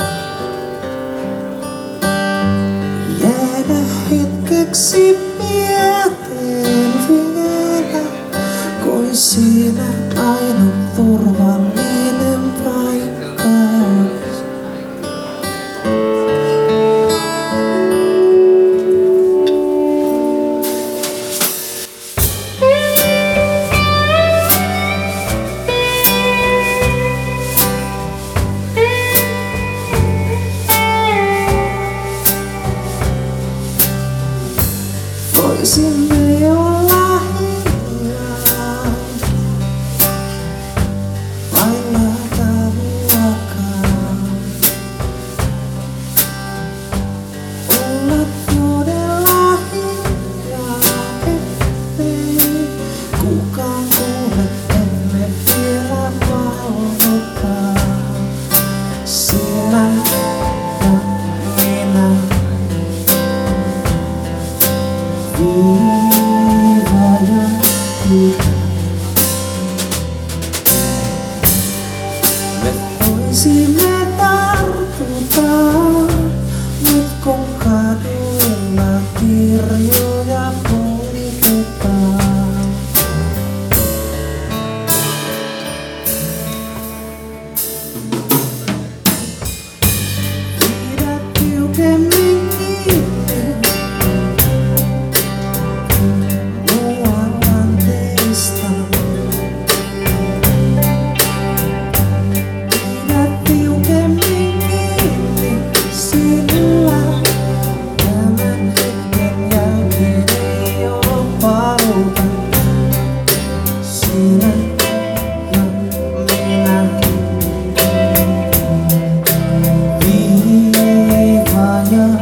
Jäädä hetkeksi mieteen vielä, kuin siinä ainut turvallinen paikka olisi. Voisimme olla hiljaa, vain ruokaa. Olla todella hiljaa, ettei kukaan kuule, emme vielä valvotaan. Sinä ja minä. Viiva ja pyhä. Me voisimme tartutaan, nyt kun kaduilla kirjoja poltetaan. Pidä tiukemmin kiinni. Viiva ja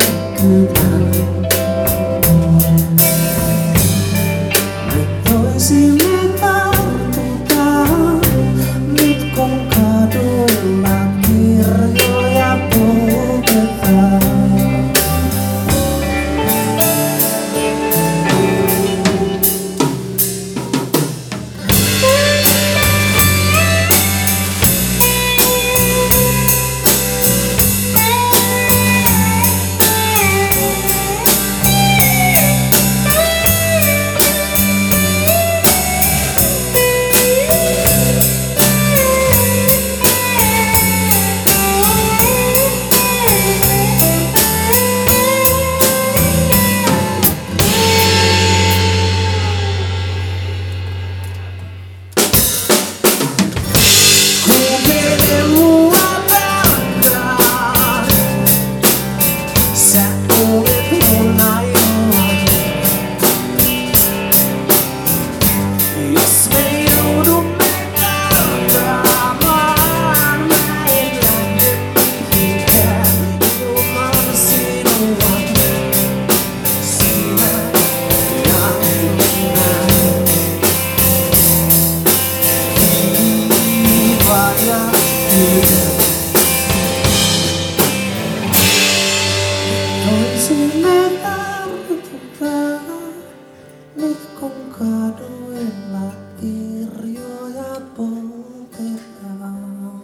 toisille tartutaan, nyt kun kaduilla kirjoja poltetaan.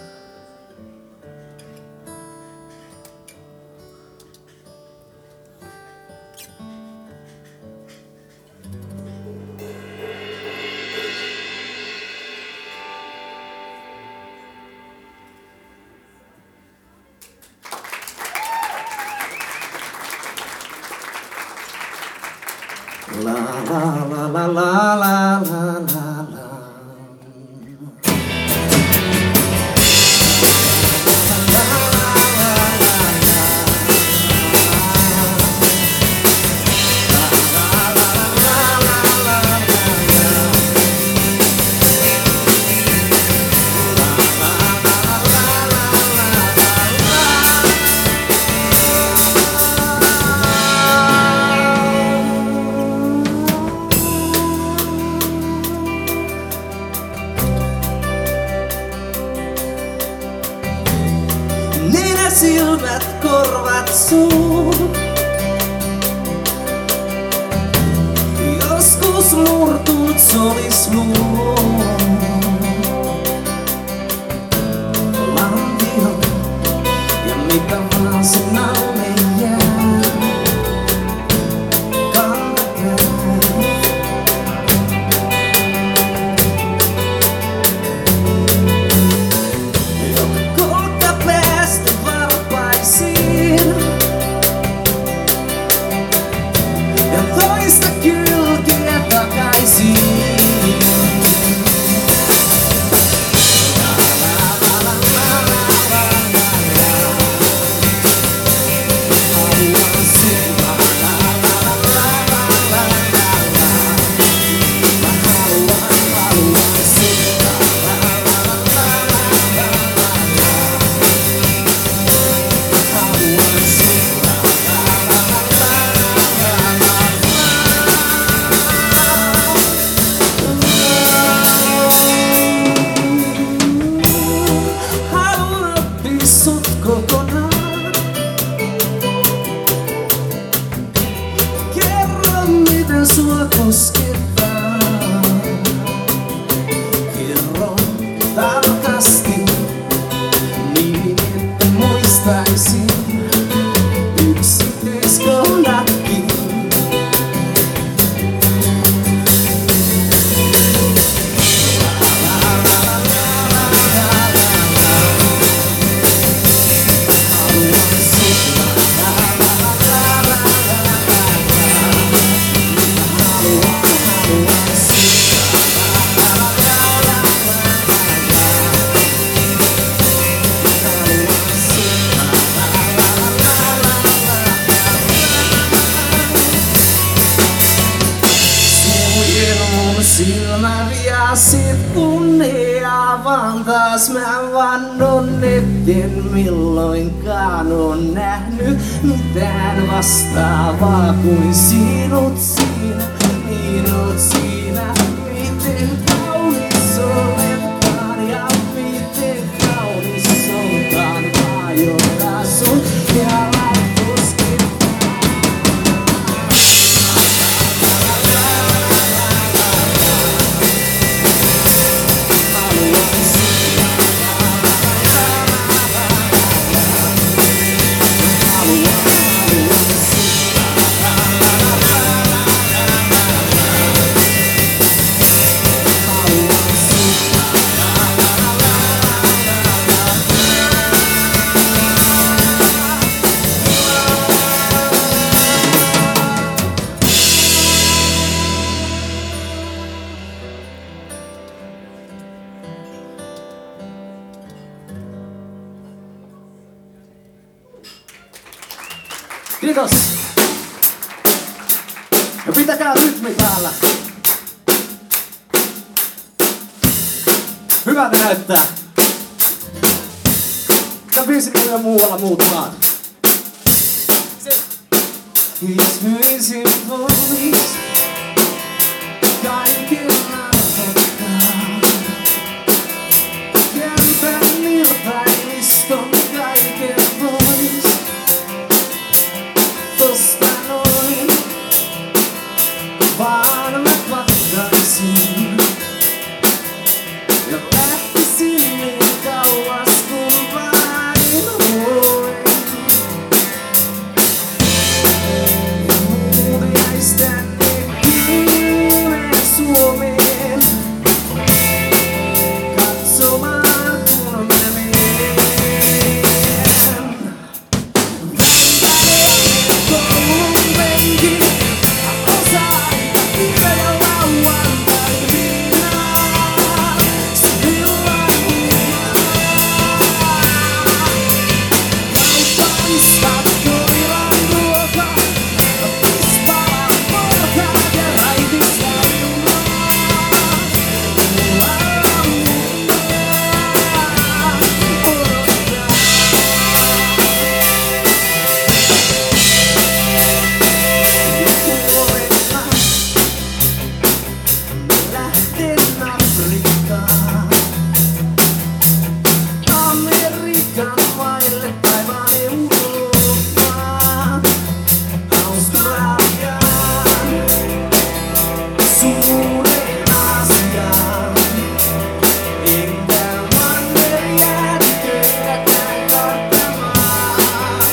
La la la la la la la la la. Nenä, silmät, korvat, suu. Joskus murtunut solis luu. Lantio ja mitä vaan sen alle jää. Kantakää. Kohta päästä varpaisiin ja toista kylkeä takaisin. Haluan oppia sut kokonaan. Kerro miten sua koskettaa. Kerro tarkasti niin että muistaisin yksityiskohdatkin. Silmät ja sit unnia vaan taas mä vannon, etten milloinkaan on nähnyt mitään vastaavaa kuin sinut siinä, minut siinä. Miten kaunis oletkaan ja miten kaunis onkaan vajota sun jalat koskettaa. Kiitos! Ja pitäkää rytmi päällä. Hyvältä näyttää. Tää biisi tulee muualla muutamaan. Jos myisin pois kaiken arvokkaan. Kämpän iltaimiston kaiken pois. vaan mä vahtaisin. Ja lähtisin niin kauas kun vain voin. Ja muut jäis tänne kylmään Suomeen. Katsomaan kun mä menen. Väntäreen koulun penki. Osa aika kiveä lauantai viinaa. Silloin kaupallistat koiran ruoka. Pispaa porkaat ja raitista ilmaa. Lähten Afrikkaan. Amerikan maille taivaan Eurooppaan. Australiaan. Suureen Aasiaan. Enkä mannerjäätiköitäkään karttamaan.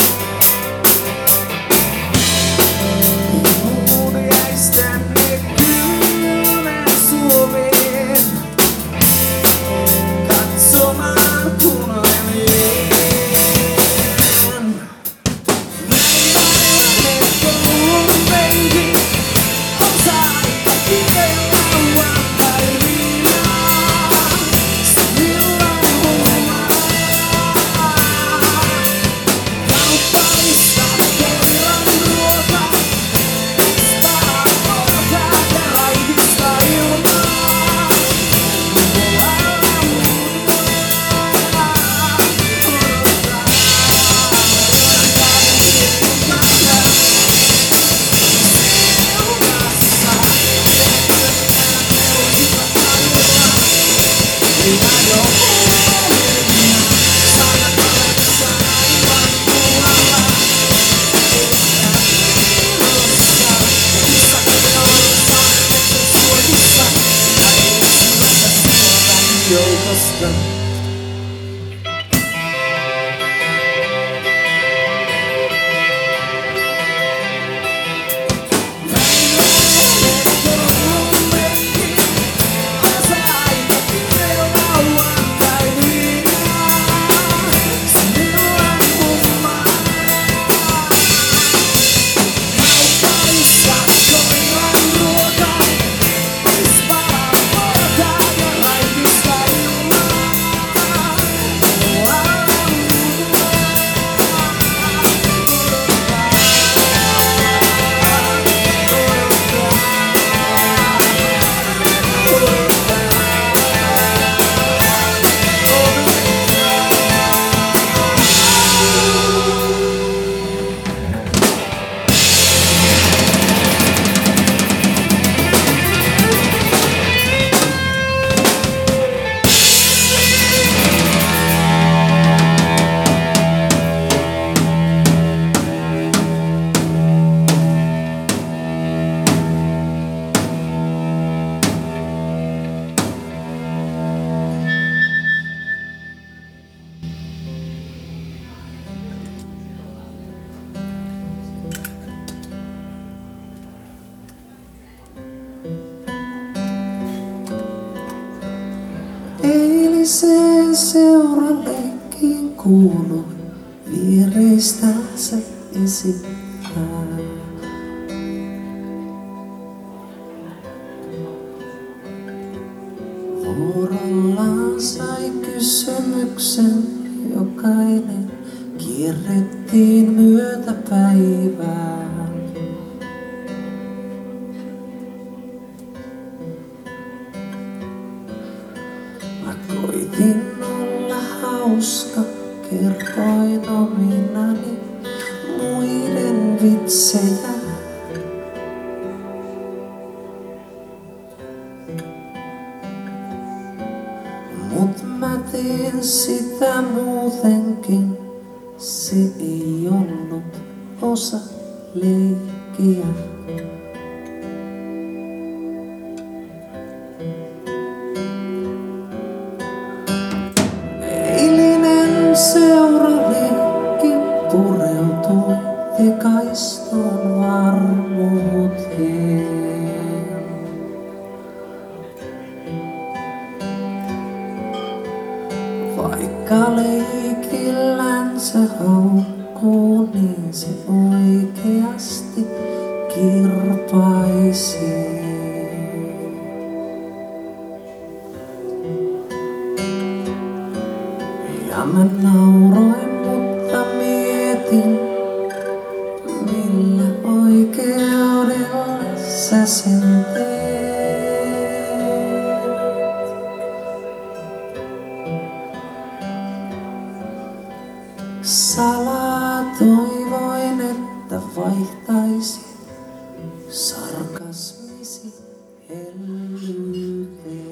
Muut jäis tänne kylmään Suomeen. Katsomaan kun mä menen. Väntäreen koulun penki. Osa aika kiveä lauantai viinaa. Silloin hummaa. Kaupallistat koiran ruoka. Pispaa porkaat ja raitista ilmaa. Joukosta. Eiliseen seuraleikkiin kuului viereistä se esittää. Vuorollaan sai kysymyksen jokainen, kierrettiin myötäpäivää. Mä koitin olla hauska, kerroin ominani muiden vitsejä. Mut mä teen sitä muutenkin, se ei ollut osa leikkiä. Luotui vikaiston varmuuteen. Vaikka leikillänsä haukkuu, niin se oikeasti kirpaisi. Ja mä nauroin, mutta mietin, millä oikeudella sä sen teet. Salaa toivoin, että vaihtaisi sarkasmisi hellyyteen.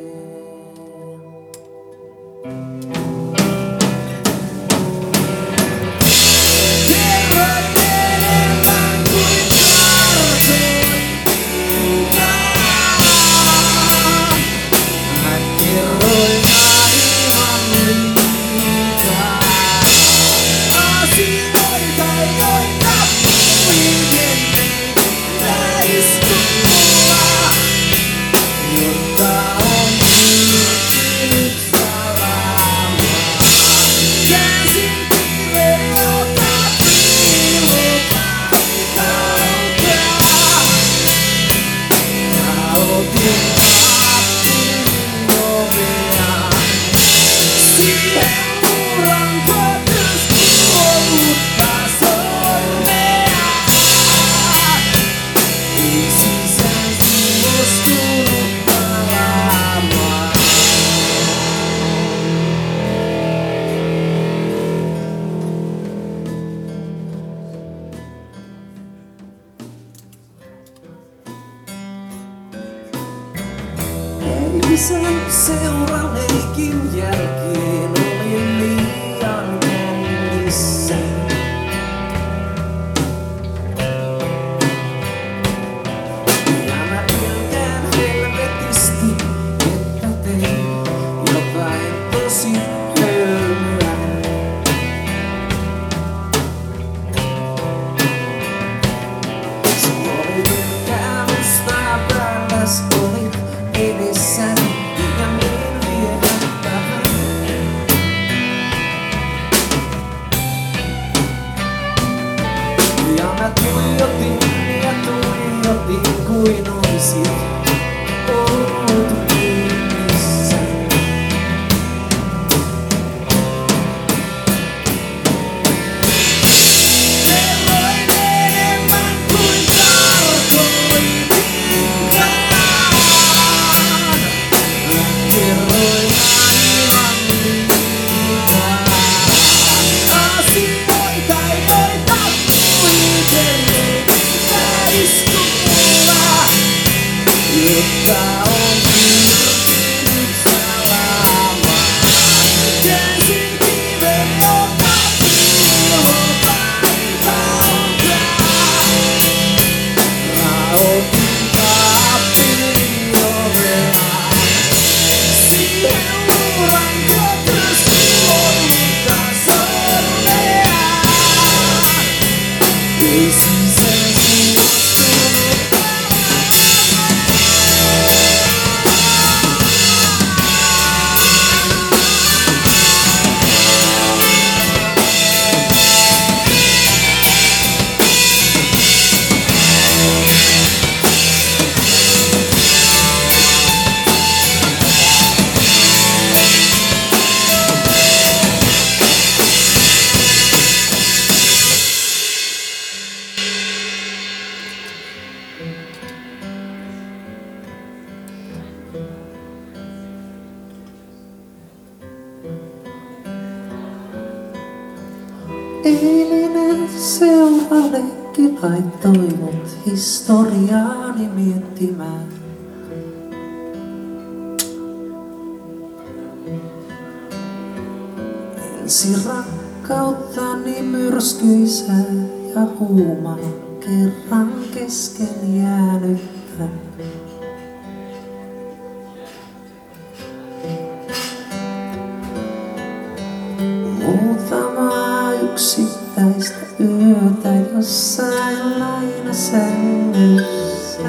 Eilisen seuraleikin jälkeen olin liian onnissä. Ja mä pelkään helvetisti, että tein jotain tosi hölmöä. Se oli pelkää mustaa päälläs oli edessäni ja niin viehättävä. Ja mä tuijotin kuin olisin oltu kyynnissä. Kerroin enemmän kuin tarkoitinkaan. Kerroin aivan liikaa asioita, joita kuitenkin väiskuva, jotta on pyrkinyt salaamaan. Käsin kiven, joka piilotaan kaukaa. Raotin kaapin ovea. Siihen luuran kotas kuollutta sormea. Pesi sen suostunut eilinen seuraleikki laittoi mut historiaani miettimään. Ensi rakkauttani myrskyisää ja huumaa kerran kesken jäänyttä. Muutamaa yksittäistä yötä jossain lainasängyssä.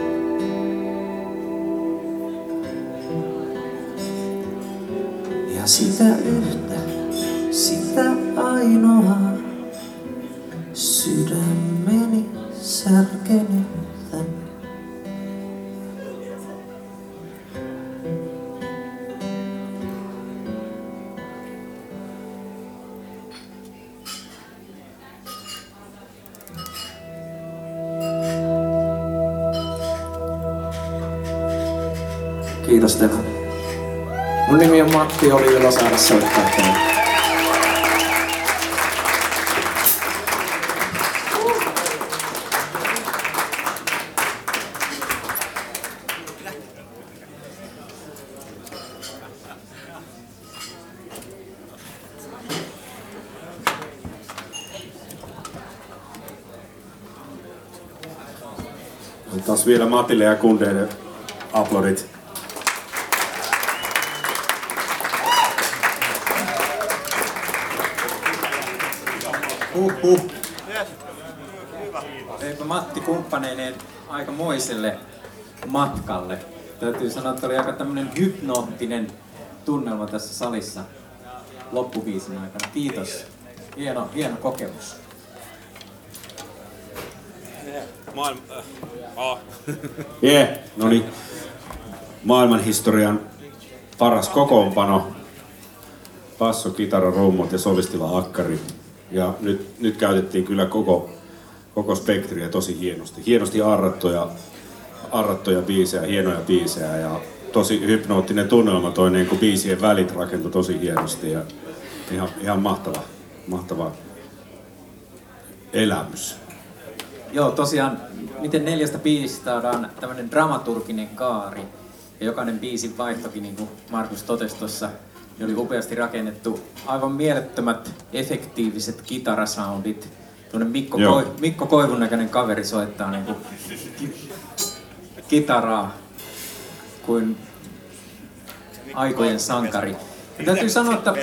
Ja sitä yhtä, sitä ainoaa sydämeni särkenyttä. Kiitos Tena. Mun nimi on Matti, oli ilo saada soittaa teille. Taas vielä Matille ja kundeille aplodit. Veipä Matti kumppaneineen aikamoiselle matkalle. Täytyy sanoa, että oli aika tämmönen hypnoottinen tunnelma tässä salissa loppubiisin aikana. Kiitos. Hieno kokemus. No niin. Maailmanhistorian paras kokoonpano. Basso, kitara, rummut ja solistiva akkari. Ja nyt käytettiin kyllä koko spektriä tosi hienosti. Hienosti arrattuja biisejä, hienoja biisejä ja tosi hypnoottinen tunnelma toi niin kuin biisien välit rakentui tosi hienosti ja ihan mahtava elämys. Joo, tosiaan, miten 4 biisistä saadaan tämmönen dramaturginen kaari. Ja jokainen biisin vaihtokin, niin kuin Markus totesi tuossa, niin oli upeasti rakennettu. Aivan mielettömät, efektiiviset kitarasoundit. Tuollainen Mikko Koivun näköinen kaveri soittaa niin kuin kitaraa kuin aikojen sankari. Ja täytyy sanoa, että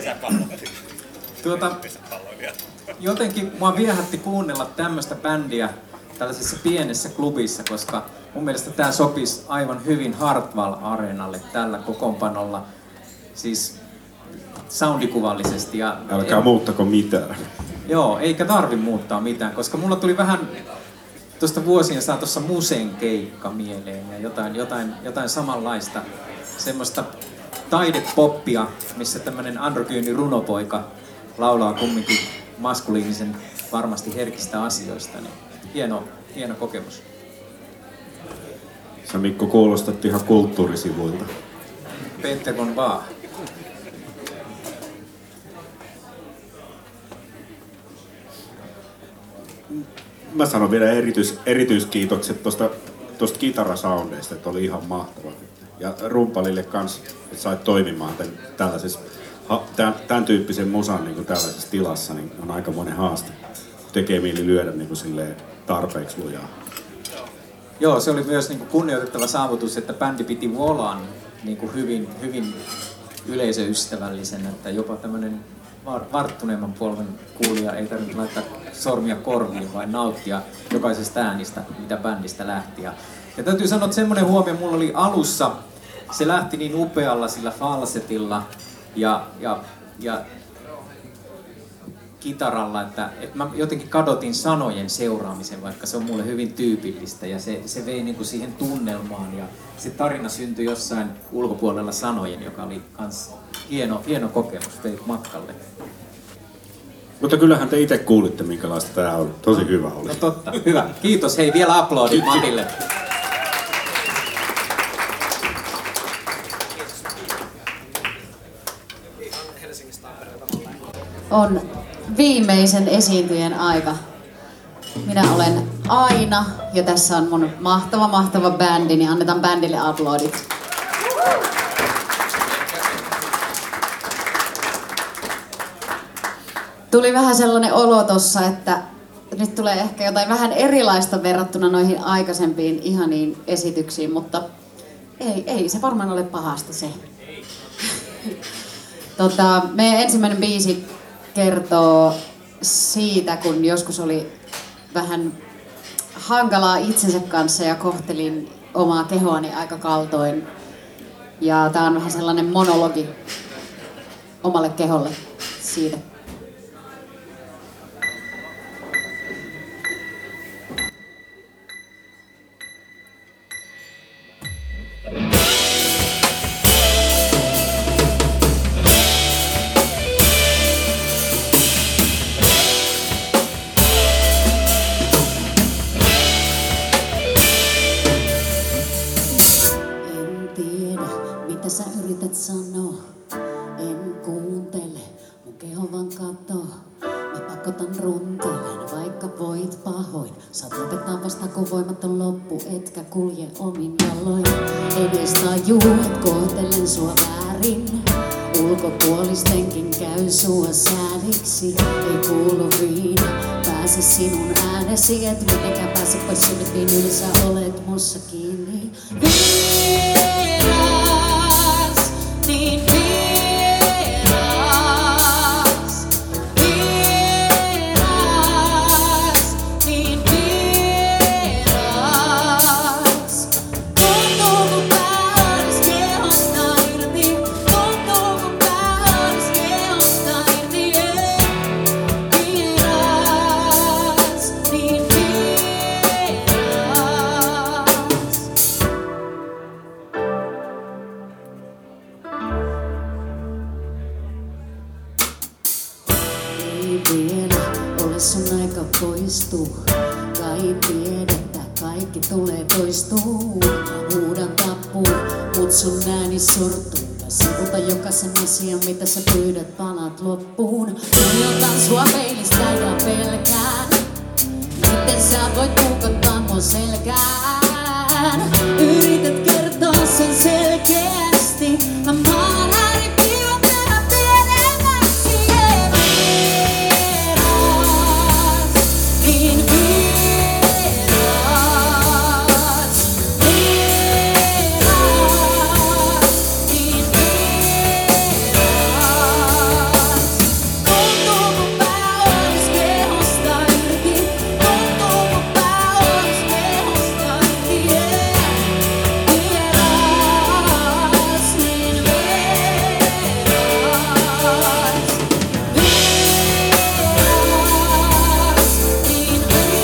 jotenkin mua viehätti kuunnella tämmöistä bändiä tällaisessa pienessä klubissa, koska mun mielestä tää sopisi aivan hyvin Hartwall-areenalle tällä kokoonpanolla. Siis soundikuvallisesti. Älkää muuttako mitään. Joo, eikä tarvi muuttaa mitään, koska mulla tuli vähän tuosta vuosien saatossa Musen keikka mieleen ja jotain samanlaista. Semmoista taidepoppia, missä tämmönen androgyyni runopoika laulaa kumminkin maskuliinisen varmasti herkistä asioista. Niin hieno kokemus. Sä Mikko kuulostat ihan kulttuurisivuilta. Peter von Bach. Mä sanon vielä erityiskiitokset tosta kitarasoundeista, että oli ihan mahtava. Ja rumpalille kans, että sait toimimaan tällaisessa, tämän tyyppisen musan niin tällaisessa tilassa, niin on aikamoinen haaste. Tekee mieli lyödä niin silleen tarpeeksi lujaa. Joo, se oli myös niin kuin kunnioitettava saavutus, että bändi piti volan niin kuin hyvin yleisöystävällisen, että jopa tämmöinen varttuneemman polven kuulija ei tarvitse laittaa sormia korviin, vaan nauttia jokaisesta äänistä, mitä bändistä lähti. Ja täytyy sanoa, että semmoinen huomio mulla oli alussa, se lähti niin upealla sillä falsetilla ja kitaralla, että mä jotenkin kadotin sanojen seuraamisen, vaikka se on mulle hyvin tyypillistä ja se vei niinku siihen tunnelmaan ja se tarina syntyi jossain ulkopuolella sanojen, joka oli kans hieno kokemus, vei matkalle. Mutta kyllähän te itse kuulitte, minkälaista tää oli. Tosi hyvä oli. No totta, hyvä. Kiitos. Hei, vielä aplodit Matille. On viimeisen esiintyjen aika. Minä olen Aina ja tässä on mun mahtava bändi, niin annetaan bändille aplodit. Tuli vähän sellainen olo tossa, että nyt tulee ehkä jotain vähän erilaista verrattuna noihin aikaisempiin ihaniin esityksiin, mutta ei se varmaan ole pahasta se. Meidän ensimmäinen biisi kertoo siitä, kun joskus oli vähän hankalaa itsensä kanssa ja kohtelin omaa kehoani aika kaltoin. Ja tää on vähän sellainen monologi omalle keholle siitä. Sä yrität sanoa, en kuuntele, mun keho vaan katoo. Mä pakotan runtelen, vaikka voit pahoin. Saat lopettaa vasta kun voimat on loppu, etkä kulje omin jaloin. Edes tajuu, et kohtelen sua väärin. Ulkopuolistenkin käy sua sääliksi. Ei kuulu viina, pääse sinun äänesi. Et mitenkään pääse pois sinut, niin yli sä olet mussa kiinni. Niin vieras, vieras, niin vieras. Tuntuu kun pää olis kehosta irti, tuntuu kun pää olis kehosta irti. Vieras, niin vieras. Vielä ole sun aika poistuu. Kai tiedettä, kaikki tulee toistuu. Huudan tappuun, mut sun ääni sortuu. Mä sivuta jokaisen asian, mitä sä pyydät, palat loppuun. Tuijotan sua peilistä ja pelkään. Miten sä voit puukottaa mun selkään? Yrität kertoa sen selkeästi. Mä maan ääni piivot tehdä pienemmäksi. Niin vieras, vieras, niin vieras. Tuntuu kun pää olis kehosta irti, tuntuu kun pää olis kehosta irti. Vieras, niin vieras, vieras, niin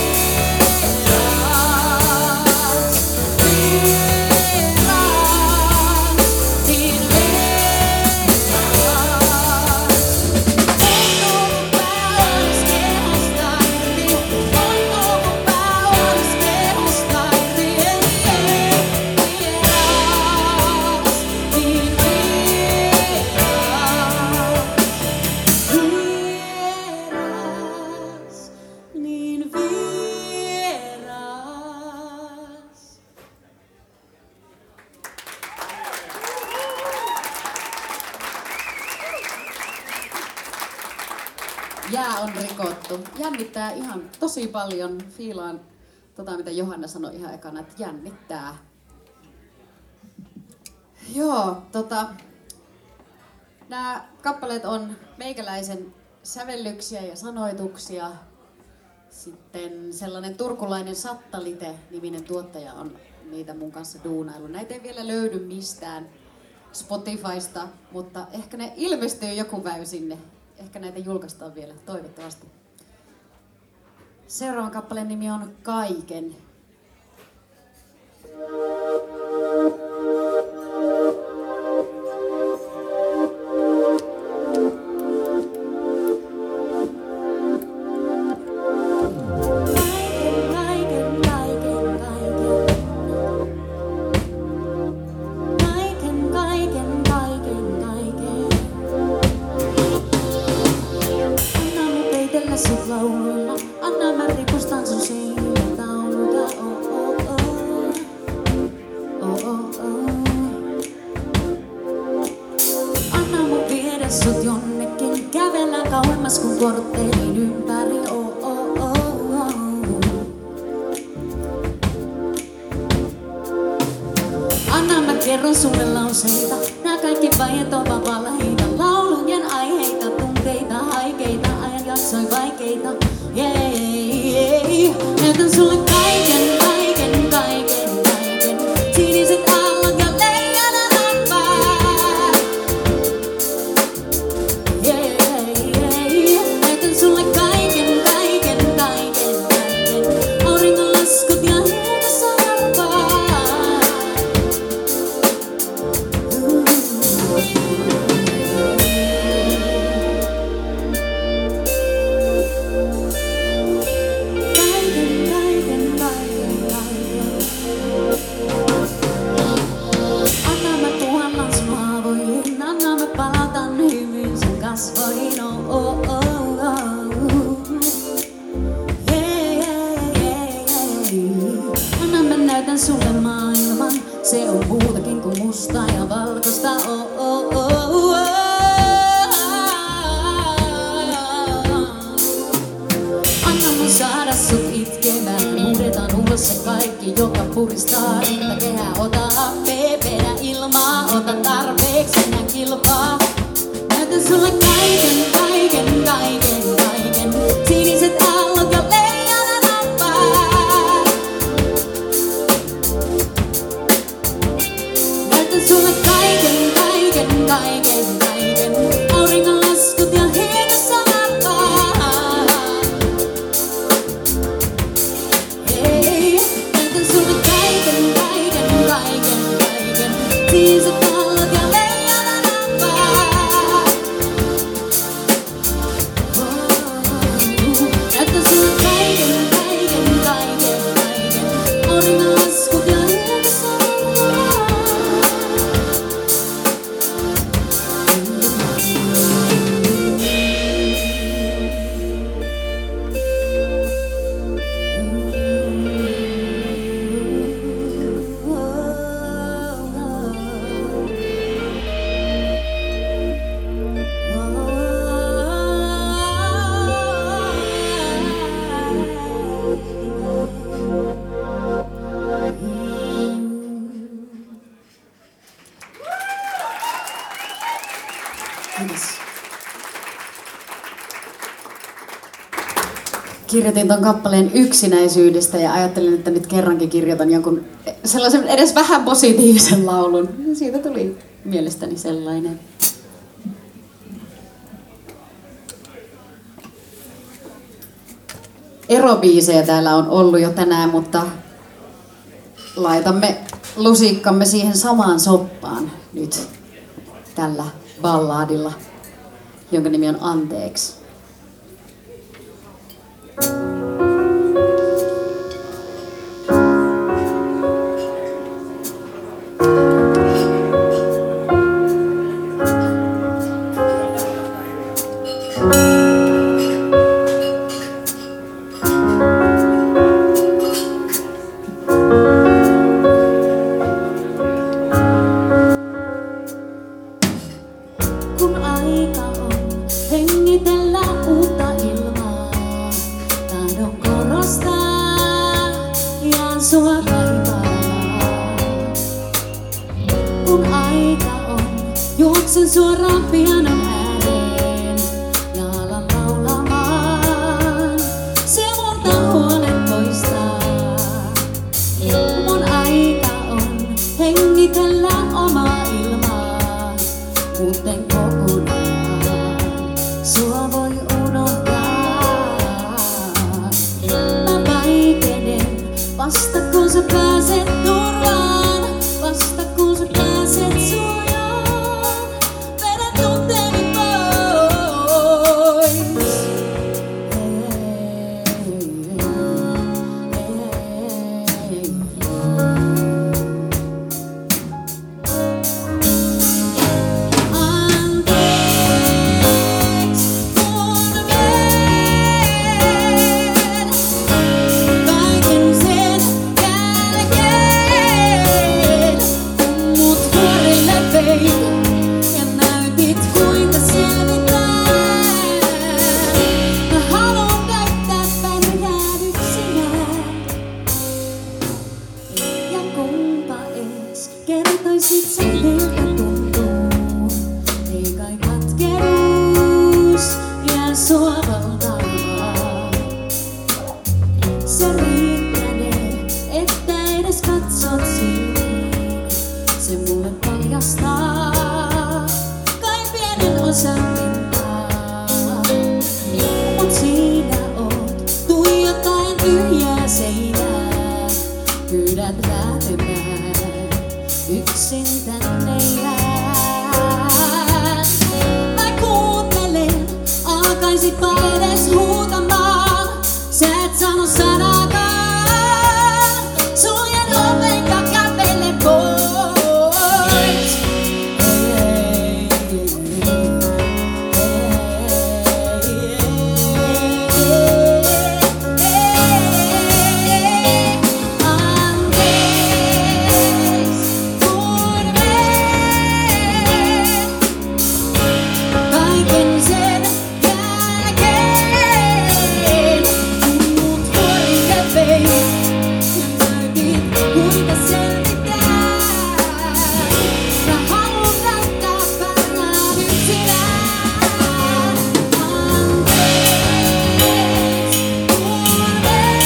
Jää on rikottu. Jännittää ihan tosi paljon. Fiilaan mitä Johanna sanoi ihan ekana, että jännittää. Joo, nämä kappaleet on meikäläisen sävellyksiä ja sanoituksia. Sitten sellainen turkulainen Sattalite-niminen tuottaja on niitä mun kanssa duunailu. Näitä ei vielä löydy mistään Spotifysta, mutta ehkä ne ilmestyy joku päivä sinne. Ehkä näitä julkaistaan vielä, toivottavasti. Seuraavan kappaleen nimi on Kaiken. Sut lauluilla, anna mä rikustan sun seinillä tauluja, oh oh oh, oh oh oh. Anna mun viedä sut jonnekin, kävellä kauemmas kun korttelin ympäri, oh oh oh oh. Anna mä kerron sulle lauseita, nää kaikki vaiheet on vaan valheita, laulujen aiheita, tunteita, haikeita, ajan jaksoi vaikeita. Näytän sulle kaiken, kaiken, kaiken, kaiken. Siniset aallot ja leijonan hampaat. Näytän sulle kaiken, kaiken, kaiken, kaiken. Auringonlaskut ja hienossa arvaat. Anna mä näytän sulle maailman, se on muutakin kuin musta ja valkoista. Anna mun saada sut itkemään, murretaan ulos se kaikki, joka puristaa rinta kehää. Ota happea, vedä ilmaa, ota tarpeeksi, enää kilpaa. Näytän sulle kaiken, kaiken, kaiken, kaiken. Siniset aallot ja leijonan hampaat. Näytän sulle kaiken, kaiken, kaiken, kaiken. Auringonlaskut ja hienossa arvaat. Hei, näytän sulle kaiken, kaiken, kaiken, kaiken. Siniset aallot ja leijonan hampaat. Näytän sulle kaiken, kaiken, kaiken, kaiken. Auringonlaskut ja hienossa arvaat. Kirjoitin ton kappaleen yksinäisyydestä ja ajattelin, että nyt kerrankin kirjoitan jonkun sellaisen edes vähän positiivisen laulun. Siitä tuli mielestäni sellainen. Erobiisejä täällä on ollut jo tänään, mutta laitamme lusikkamme siihen samaan soppaan nyt tällä balladilla, jonka nimi on Anteeksi. Kun aika on hengitellä uutta ilmaa, tahdon korostaa ja sua kaipaa. Kun aika on, juoksen suoraan pianon ääreen ja alan laulamaan. Se multa huolen poistaa. Mun aika on hengitellä omaa ilmaa, muuten kokonaan sua voi unohtaa. Mä vaikenen, vasta kun sä pääset turvaan, vasta kun sä pääset suojaan, vedän tunteeni pois. Ja näytit kuinka selvitään. Mä haluun täyttää päivän yksinään. Ja kumpa ees kertoisit sen miltä tuntuu. Ei kai katkeruus jää sua valtaamaan. Se tasan pintaa. Mut siinä oot, tuijotain tyhjää seinää. Pyydät lähtemään, yksin tänne jään. Mä kuuntelen, alkaisitpa edes huutamaan. Sä et sano sanakaan, suljen oven ja kävele pois. Kaiken sen jälkeen, kun mut vuorille vei, näytit kuinka selvitään. Mä haluun näyttää pärjään yksinään. Anteeksi, kun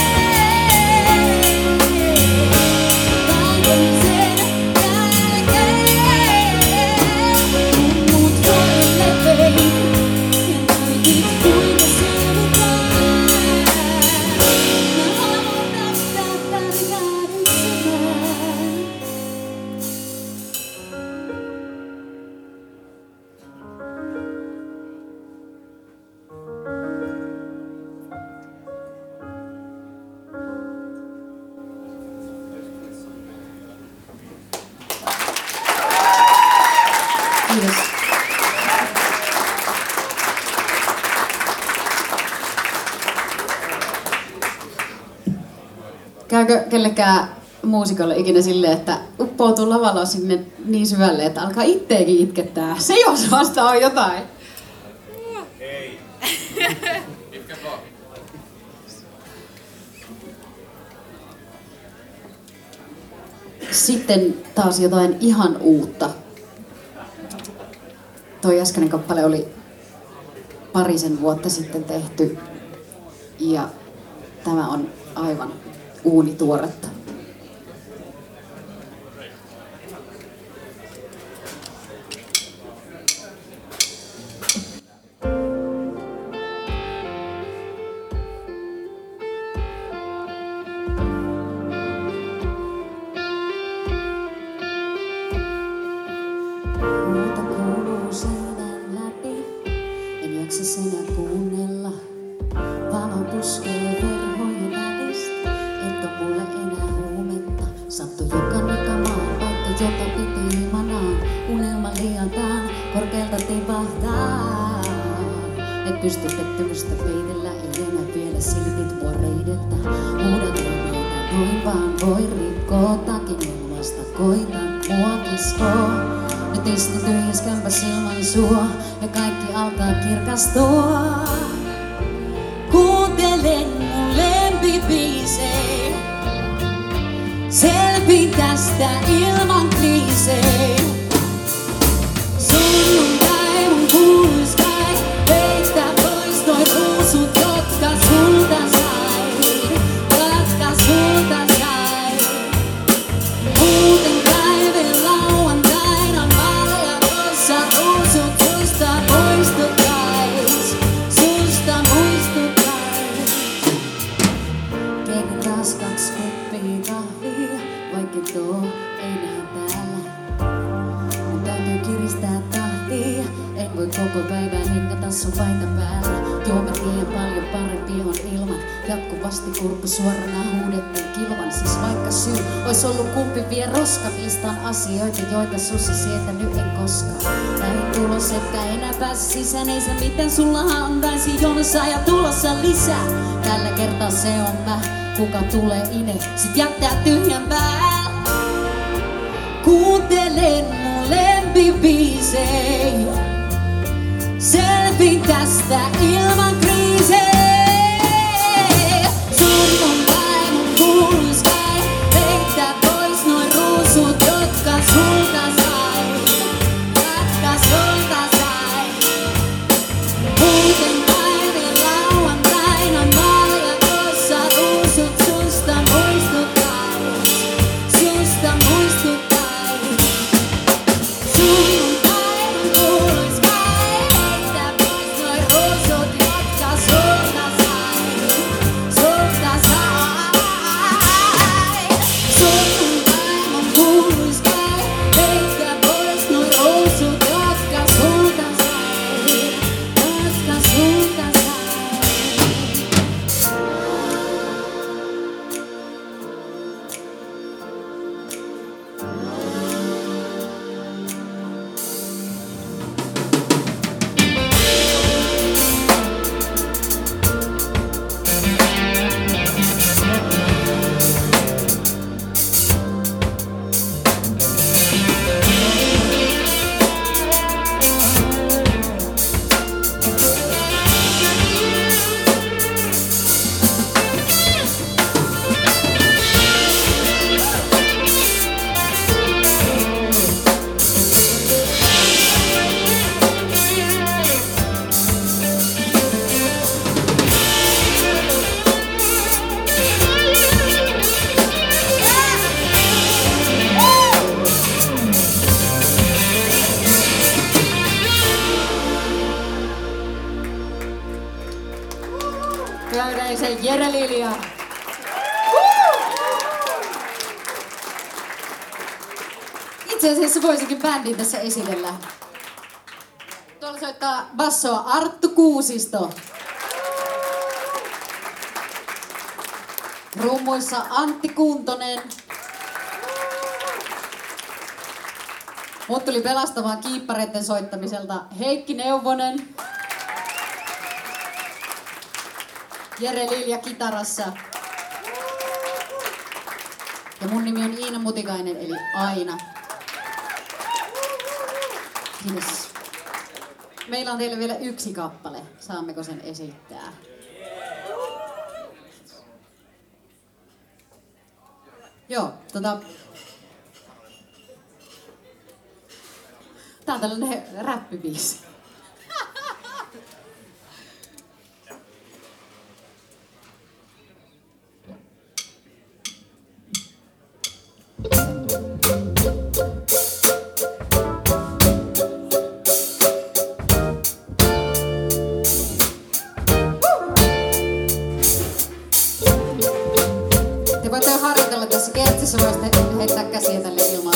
vein kaiken sen jälkeen, kun mut vuorille vei. Kiitos. Käykö kellekään muusikolle ikinä silleen, että uppoutuu lavalla sinne niin syvälle, että alkaa itteekin itkettää? Se jos vasta on jotain. Ei. Itke vaan. Sitten taas jotain ihan uutta. Toi äskeinen kappale oli parisen vuotta sitten tehty ja tämä on aivan uunituoretta. Muuta kuuluu seinän läpi, en jaksa senä kuunnella. Valo puskee verhojen välistä, et oo mulle enää huumetta. Sattu joka nikamaan, paikka jota piti ilmanaan. Unelma liialtaan, korkealta tipahtaa. Et pysty pettymystä peitellä, ei enää vielä siltit mua reideltä. Uudet rameita noin vaan voi rikkoa, takin ilmasta koitan mua kiskoa. Nyt istun tyhjäs kämpäs ilman sua ja kaikki alkaa kirkastua. Kuuntelen mun lempibiisejä, selvin tästä ilman kriisejä. Sunnuntai mun kuuluis kai, peittää pois noi ruusut, jotka sulta sain, jotka sulta sain. Muuten päivän lauantaina maljakossa ruusut susta muistuttais, susta muistuttais. Keitin taas 2 kuppia kahvia, vaikka tuo ei näe täällä. Mun täytyy kiristää tahtia, en voi koko päivän hengata sun paita päällä. Juomat liian paljon, parempi on ilman. Jatkuvasti kurkku suorana huudettiin kilvan. Siis vaikka syy ois ollut kumpi vie roskalistan asioita, joita susi sietänyt en koskaan. Näihin tulos, etkä enää pääse sisään, ei se miten sullahan on väisi jonossa ja tulossa lisää. Tällä kertaa se on mä, kuka tulee ine, sit jättää tyhjän päällä. Kuuntelen mun lempibiisejä, selvin tästä ilman kriisejä. Sunnuntai mun kuuluis kai, peittää pois noin ruusut, jotka sulta sain, jotka sulta sain. Muuten päivän lauantaina maljakossa ruusut susta muistuttais, susta muistuttais. Sunnuntai mun kuuluis kai, Jere Lilja. Itse asiassa voisikin bändin tässä esitellä. Tuolla soittaa bassoa Arttu Kuusisto. Rummuissa Antti Kuntonen. Mut tuli pelastamaan kiippareiden soittamiselta Heikki Neuvonen. Jere Lilja kitarassa. Ja mun nimi on Iina Mutikainen, eli Aina. Kiitos. Meillä on teille vielä yksi kappale. Saammeko sen esittää? Joo, tää on tällainen räppibiisi. Te voitte jo harjoitella tässä kertsissä, voisitte heittää käsiä tälle ilmaan.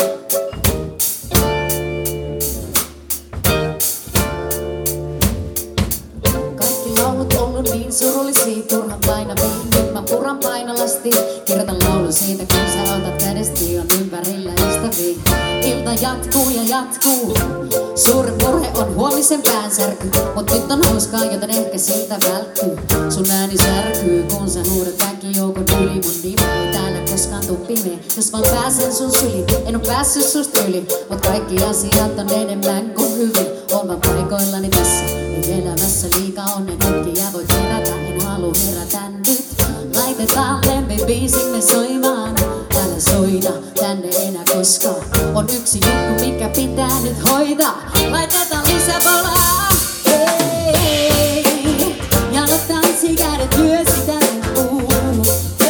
Kaikki laulut ollut niin surullisia, turhan painaviin. Nyt mä puran painolasti, kirjoitan laulun siitä, kun sä otat kädesti, on ympärillä ystäviä. Ilta jatkuu ja jatkuu. Suurin murhe on huomisen päänsärky, mut nyt on hauskaa, joten ehkä siltä välttyy. Sun ääni särkyy, kun sä huudat väkijoukon yli. Mun nimi ei täällä koskaan tuu pimeä, jos vaan pääsen sun syliin. En oo päässyt susta yli, mut kaikki asiat on enemmän kuin hyvin. Oon vaan paikoillani tässä, ei elämässä liikaa onnen hetkiä voit herätä. En halua herätä nyt, laitetaan lempibiisimme soimaan. Älä soita tänne enää koskaan. On yksi juttu, mikä pitää nyt hoitaa. Laitetaan lisäpalaa. Hei, jalat tanssi, kädet lyö sitä nukkuu.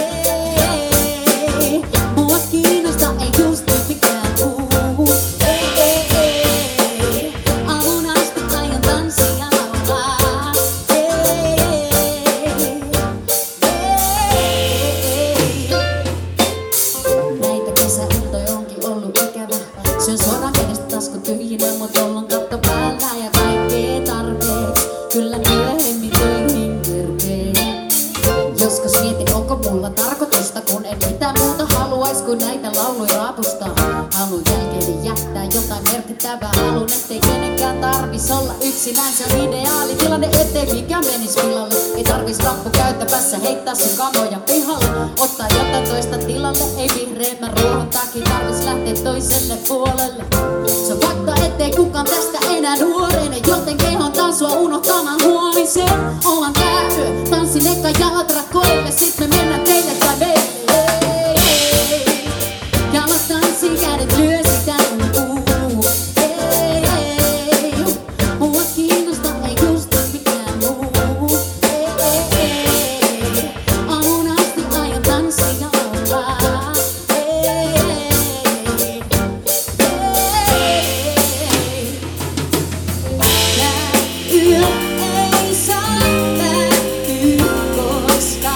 Hei, mua kiinnosta ei just nyt mikään muu. Hei, alun asti aion tanssia laulaa. Hei. Näitä kesäiltoja onkin ollut ikävä. Syön suoraan kädestä tasku tyhjinä, mut ollaan katto päällä ja kaikkea tarpeeksi. Kyllä myöhemmin töihin kerkee. Joskus mietin, onko mulla tarkoitusta, kun en mitään muuta haluais kuin näitä lauluja raapustaa. Haluan jälkeeni jättää jotain merkittävää. Haluan, ettei kenenkään tarvis olla yksinään. Se on ideaali tilanne, ettei mikään menis pilalle. Ei tarvis rappu käyttäpässä heittää sun kamoja pihalle. Ottaa jotain toista tilalle, ei vihreämmän ruohon takia tarvis lähteä toiselle puolelle. Se on fakta, ettei kukaan tästä enää nuorene, joten kehontaan sua unohtamaan huomisen. Ollaan tää yö, tanssin eka jalat rakoille, sit me mennään teille kävelle. Jalat tanssii, kädet lyö sitä nukkuu. Hei, mua kiinnosta ei just mikään muu. Hei, alun asti aion tanssia laulaa. Tää yö ei saa päättyä koskaan.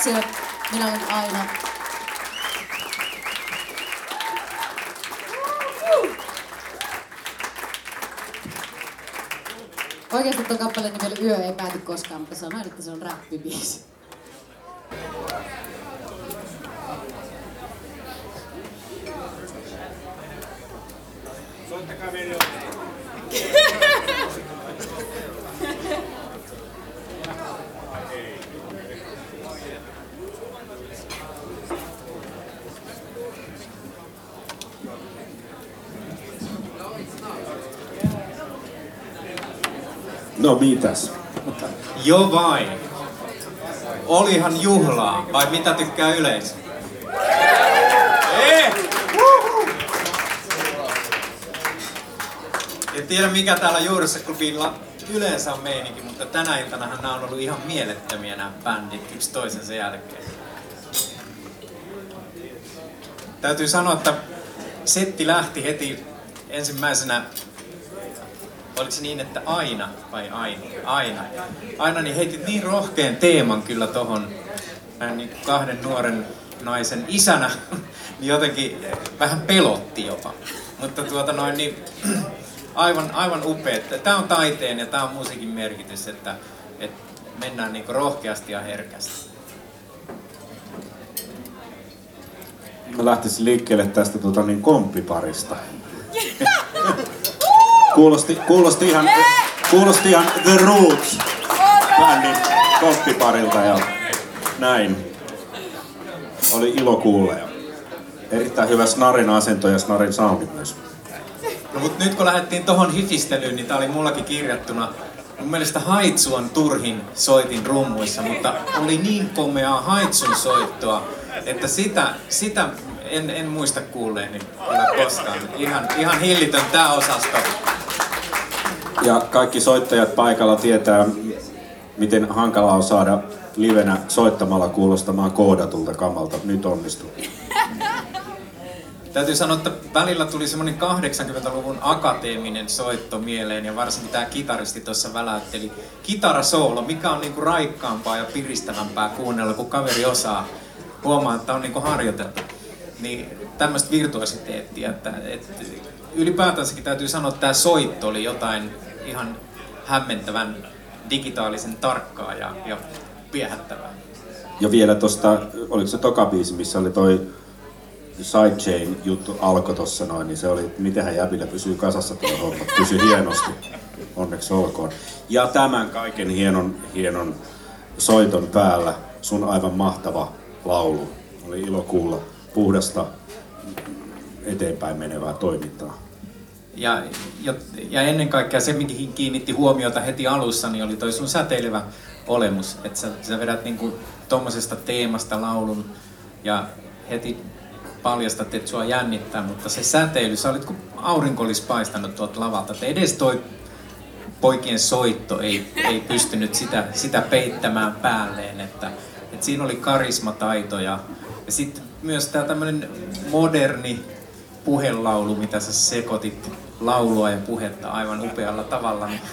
kiitoksia. Minä olen Aina. Oikeasti tuon kappaleen nimellä Yö ei pääty koskaan, mutta sanoin, että se on räppibiisi. Soittakaa meille. No mitäs? Jo vain. Olihan juhlaa, vai mitä tykkää yleisö? En tiedä mikä täällä Juuressa klubilla yleensä on meininki, mutta tänä iltanahan nämä on ollut ihan mielettömiä nämä bändit yksi toisensa jälkeen. Täytyy sanoa, että setti lähti heti ensimmäisenä. Oliko se niin, että Aina vai Aina? Aina niin heitit niin rohkean teeman kyllä tohon niin kahden nuoren naisen isänä, niin jotenkin vähän pelotti jopa. Mutta niin, aivan upea. Tää on taiteen ja tää on musiikin merkitys, että mennään niin rohkeasti ja herkästi. Mä lähtisin liikkeelle tästä komppiparista. Kuulosti ihan The Roots bändin komppiparilta ja näin. Oli ilo kuulla ja erittäin hyvä snarin asento ja snarin soundi myös. No mut nyt kun lähdettiin tohon hifistelyyn, niin tää oli mullakin kirjattuna. Mun mielestä Haitsuan turhin soitin rummuissa, mutta oli niin komeaa Haitsun soittoa, että sitä en muista kuulleeni kyllä koskaan. Ihan hillitön tää osasto. Ja kaikki soittajat paikalla tietää, miten hankalaa on saada livenä soittamalla kuulostamaan koodatulta kamalta. Nyt onnistuu. Täytyy sanoa, että välillä tuli semmoinen 80-luvun akateeminen soitto mieleen ja varsinkin tää kitaristi tuossa väläytteli. Kitarasoolo, mikä on niinku raikkaampaa ja piristävämpää kuunnella, kun kaveri osaa. Huomaa, että on niinku harjoiteltu. Niin tämmöistä virtuositeettia, että ylipäätänsäkin täytyy sanoa, että tää soitto oli jotain ihan hämmentävän digitaalisen tarkkaa ja viehättävää. Ja vielä tosta, oliko se toka biisi, missä oli toi sidechain juttu alkoi tossa noin, niin se oli, mitenhän jäbillä pysyy kasassa tuo homma. Pysyi hienosti. Onneksi olkoon. Ja tämän kaiken hienon soiton päällä sun aivan mahtava laulu. Oli ilo kuulla puhdasta eteenpäin menevää toimintaa. Ja ennen kaikkea se, mihin kiinnitti huomiota heti alussa, niin oli toi sun säteilevä olemus. Että sä vedät niinku tommosesta teemasta laulun ja heti paljastat, että sua jännittää, mutta se säteily, sä olit kun aurinko olisi paistanut tuolta lavalta. Että edes toi poikien soitto ei pystynyt sitä peittämään päälleen. Että siinä oli karismataito ja sitten myös tää tämmönen moderni puhelaulu, mitä sä sekoitit laulua ja puhetta aivan upealla tavalla. Niin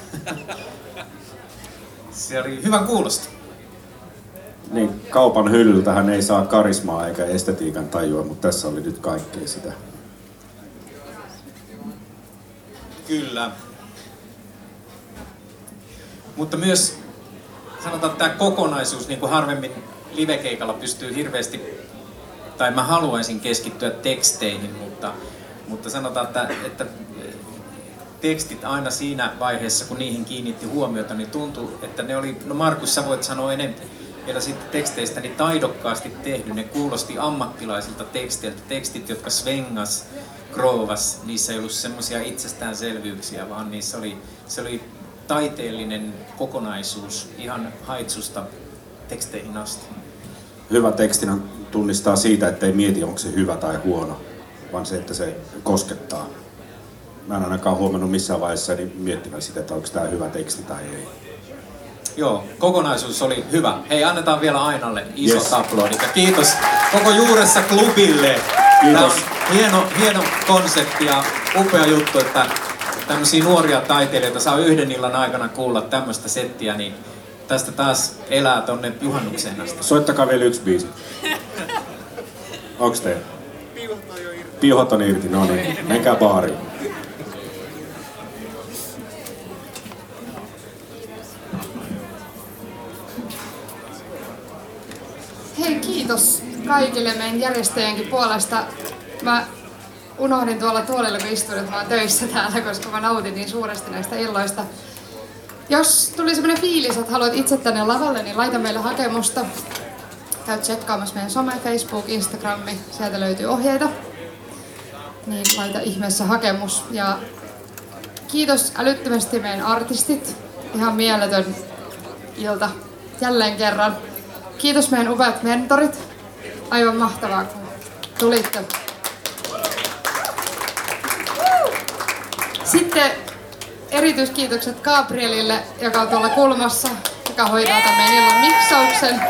se oli hyvän kuulosta. Niin, kaupan hyllyltähän ei saa karismaa eikä estetiikan tajua, mutta tässä oli nyt kaikkea sitä. Kyllä. Mutta myös sanotaan, että tämä kokonaisuus, niin kuin harvemmin livekeikalla pystyy hirveästi, tai mä haluaisin keskittyä teksteihin, mutta sanotaan, että tekstit aina siinä vaiheessa, kun niihin kiinnitti huomiota, niin tuntui, että ne oli, no Markus, sä voit sanoa enemmän vielä sitten teksteistä, niin taidokkaasti tehty. Ne kuulosti ammattilaisilta teksteiltä, tekstit, jotka svengas, groovas, niissä ei ollut semmoisia itsestäänselvyyksiä, vaan niissä se oli taiteellinen kokonaisuus ihan Haitsusta teksteihin asti. Hyvä tekstinä tunnistaa siitä, että ei mieti, onko se hyvä tai huono, vaan se, että se koskettaa. Mä en ainakaan huomannut missään vaiheessa niin miettivän sitä, että onko tämä hyvä teksti tai ei. Joo, kokonaisuus oli hyvä. Hei, annetaan vielä Ainalle iso aplodit ja kiitos koko Juuressa klubille. Kiitos. Tämä on hieno konsepti ja upea juttu, että tämmöisiä nuoria taiteilijoita saa yhden illan aikana kuulla tämmöistä settiä, niin tästä taas elää tonne juhannukseen asti. Soittakaa vielä yksi biisi. Onks teillä? Piuhat on irti, no niin. Menkää baariin. Hei, kiitos kaikille meidän järjestäjienkin puolesta. Mä unohdin tuolla tuolilla, kun istuin, että mä oon töissä täällä, koska mä nautin niin suuresti näistä illoista. Jos tuli semmonen fiilis, että haluat itse tänne lavalle, niin laita meille hakemusta. Käy tsekkaamassa meidän some, Facebook, Instagrami, sieltä löytyy ohjeita. Niin laita ihmeessä hakemus. Ja kiitos älyttömästi meidän artistit. Ihan mieletön ilta jälleen kerran. Kiitos meidän upeat mentorit. Aivan mahtavaa, kun tulitte. Sitten erityiskiitokset Gabrielille, joka on tuolla kulmassa, joka hoitaa tämän meidän illan miksauksen.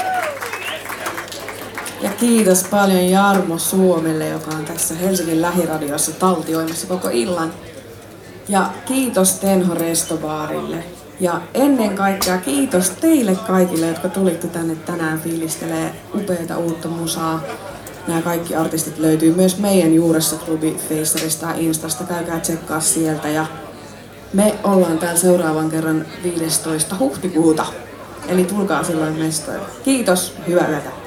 Ja kiitos paljon Jarmo Suomelle, joka on tässä Helsingin lähiradiossa taltioimassa koko illan. Ja kiitos Tenho Restobaarille. Ja ennen kaikkea kiitos teille kaikille, jotka tulitte tänne tänään fiilistelee upeita uutta musaa. Nämä kaikki artistit löytyy myös meidän Juuressa klubi Facerista ja Instasta. Käykää tsekkaa sieltä. Ja me ollaan täällä seuraavan kerran 15. huhtikuuta. Eli tulkaa silloin mestoille. Kiitos, hyvää yötä.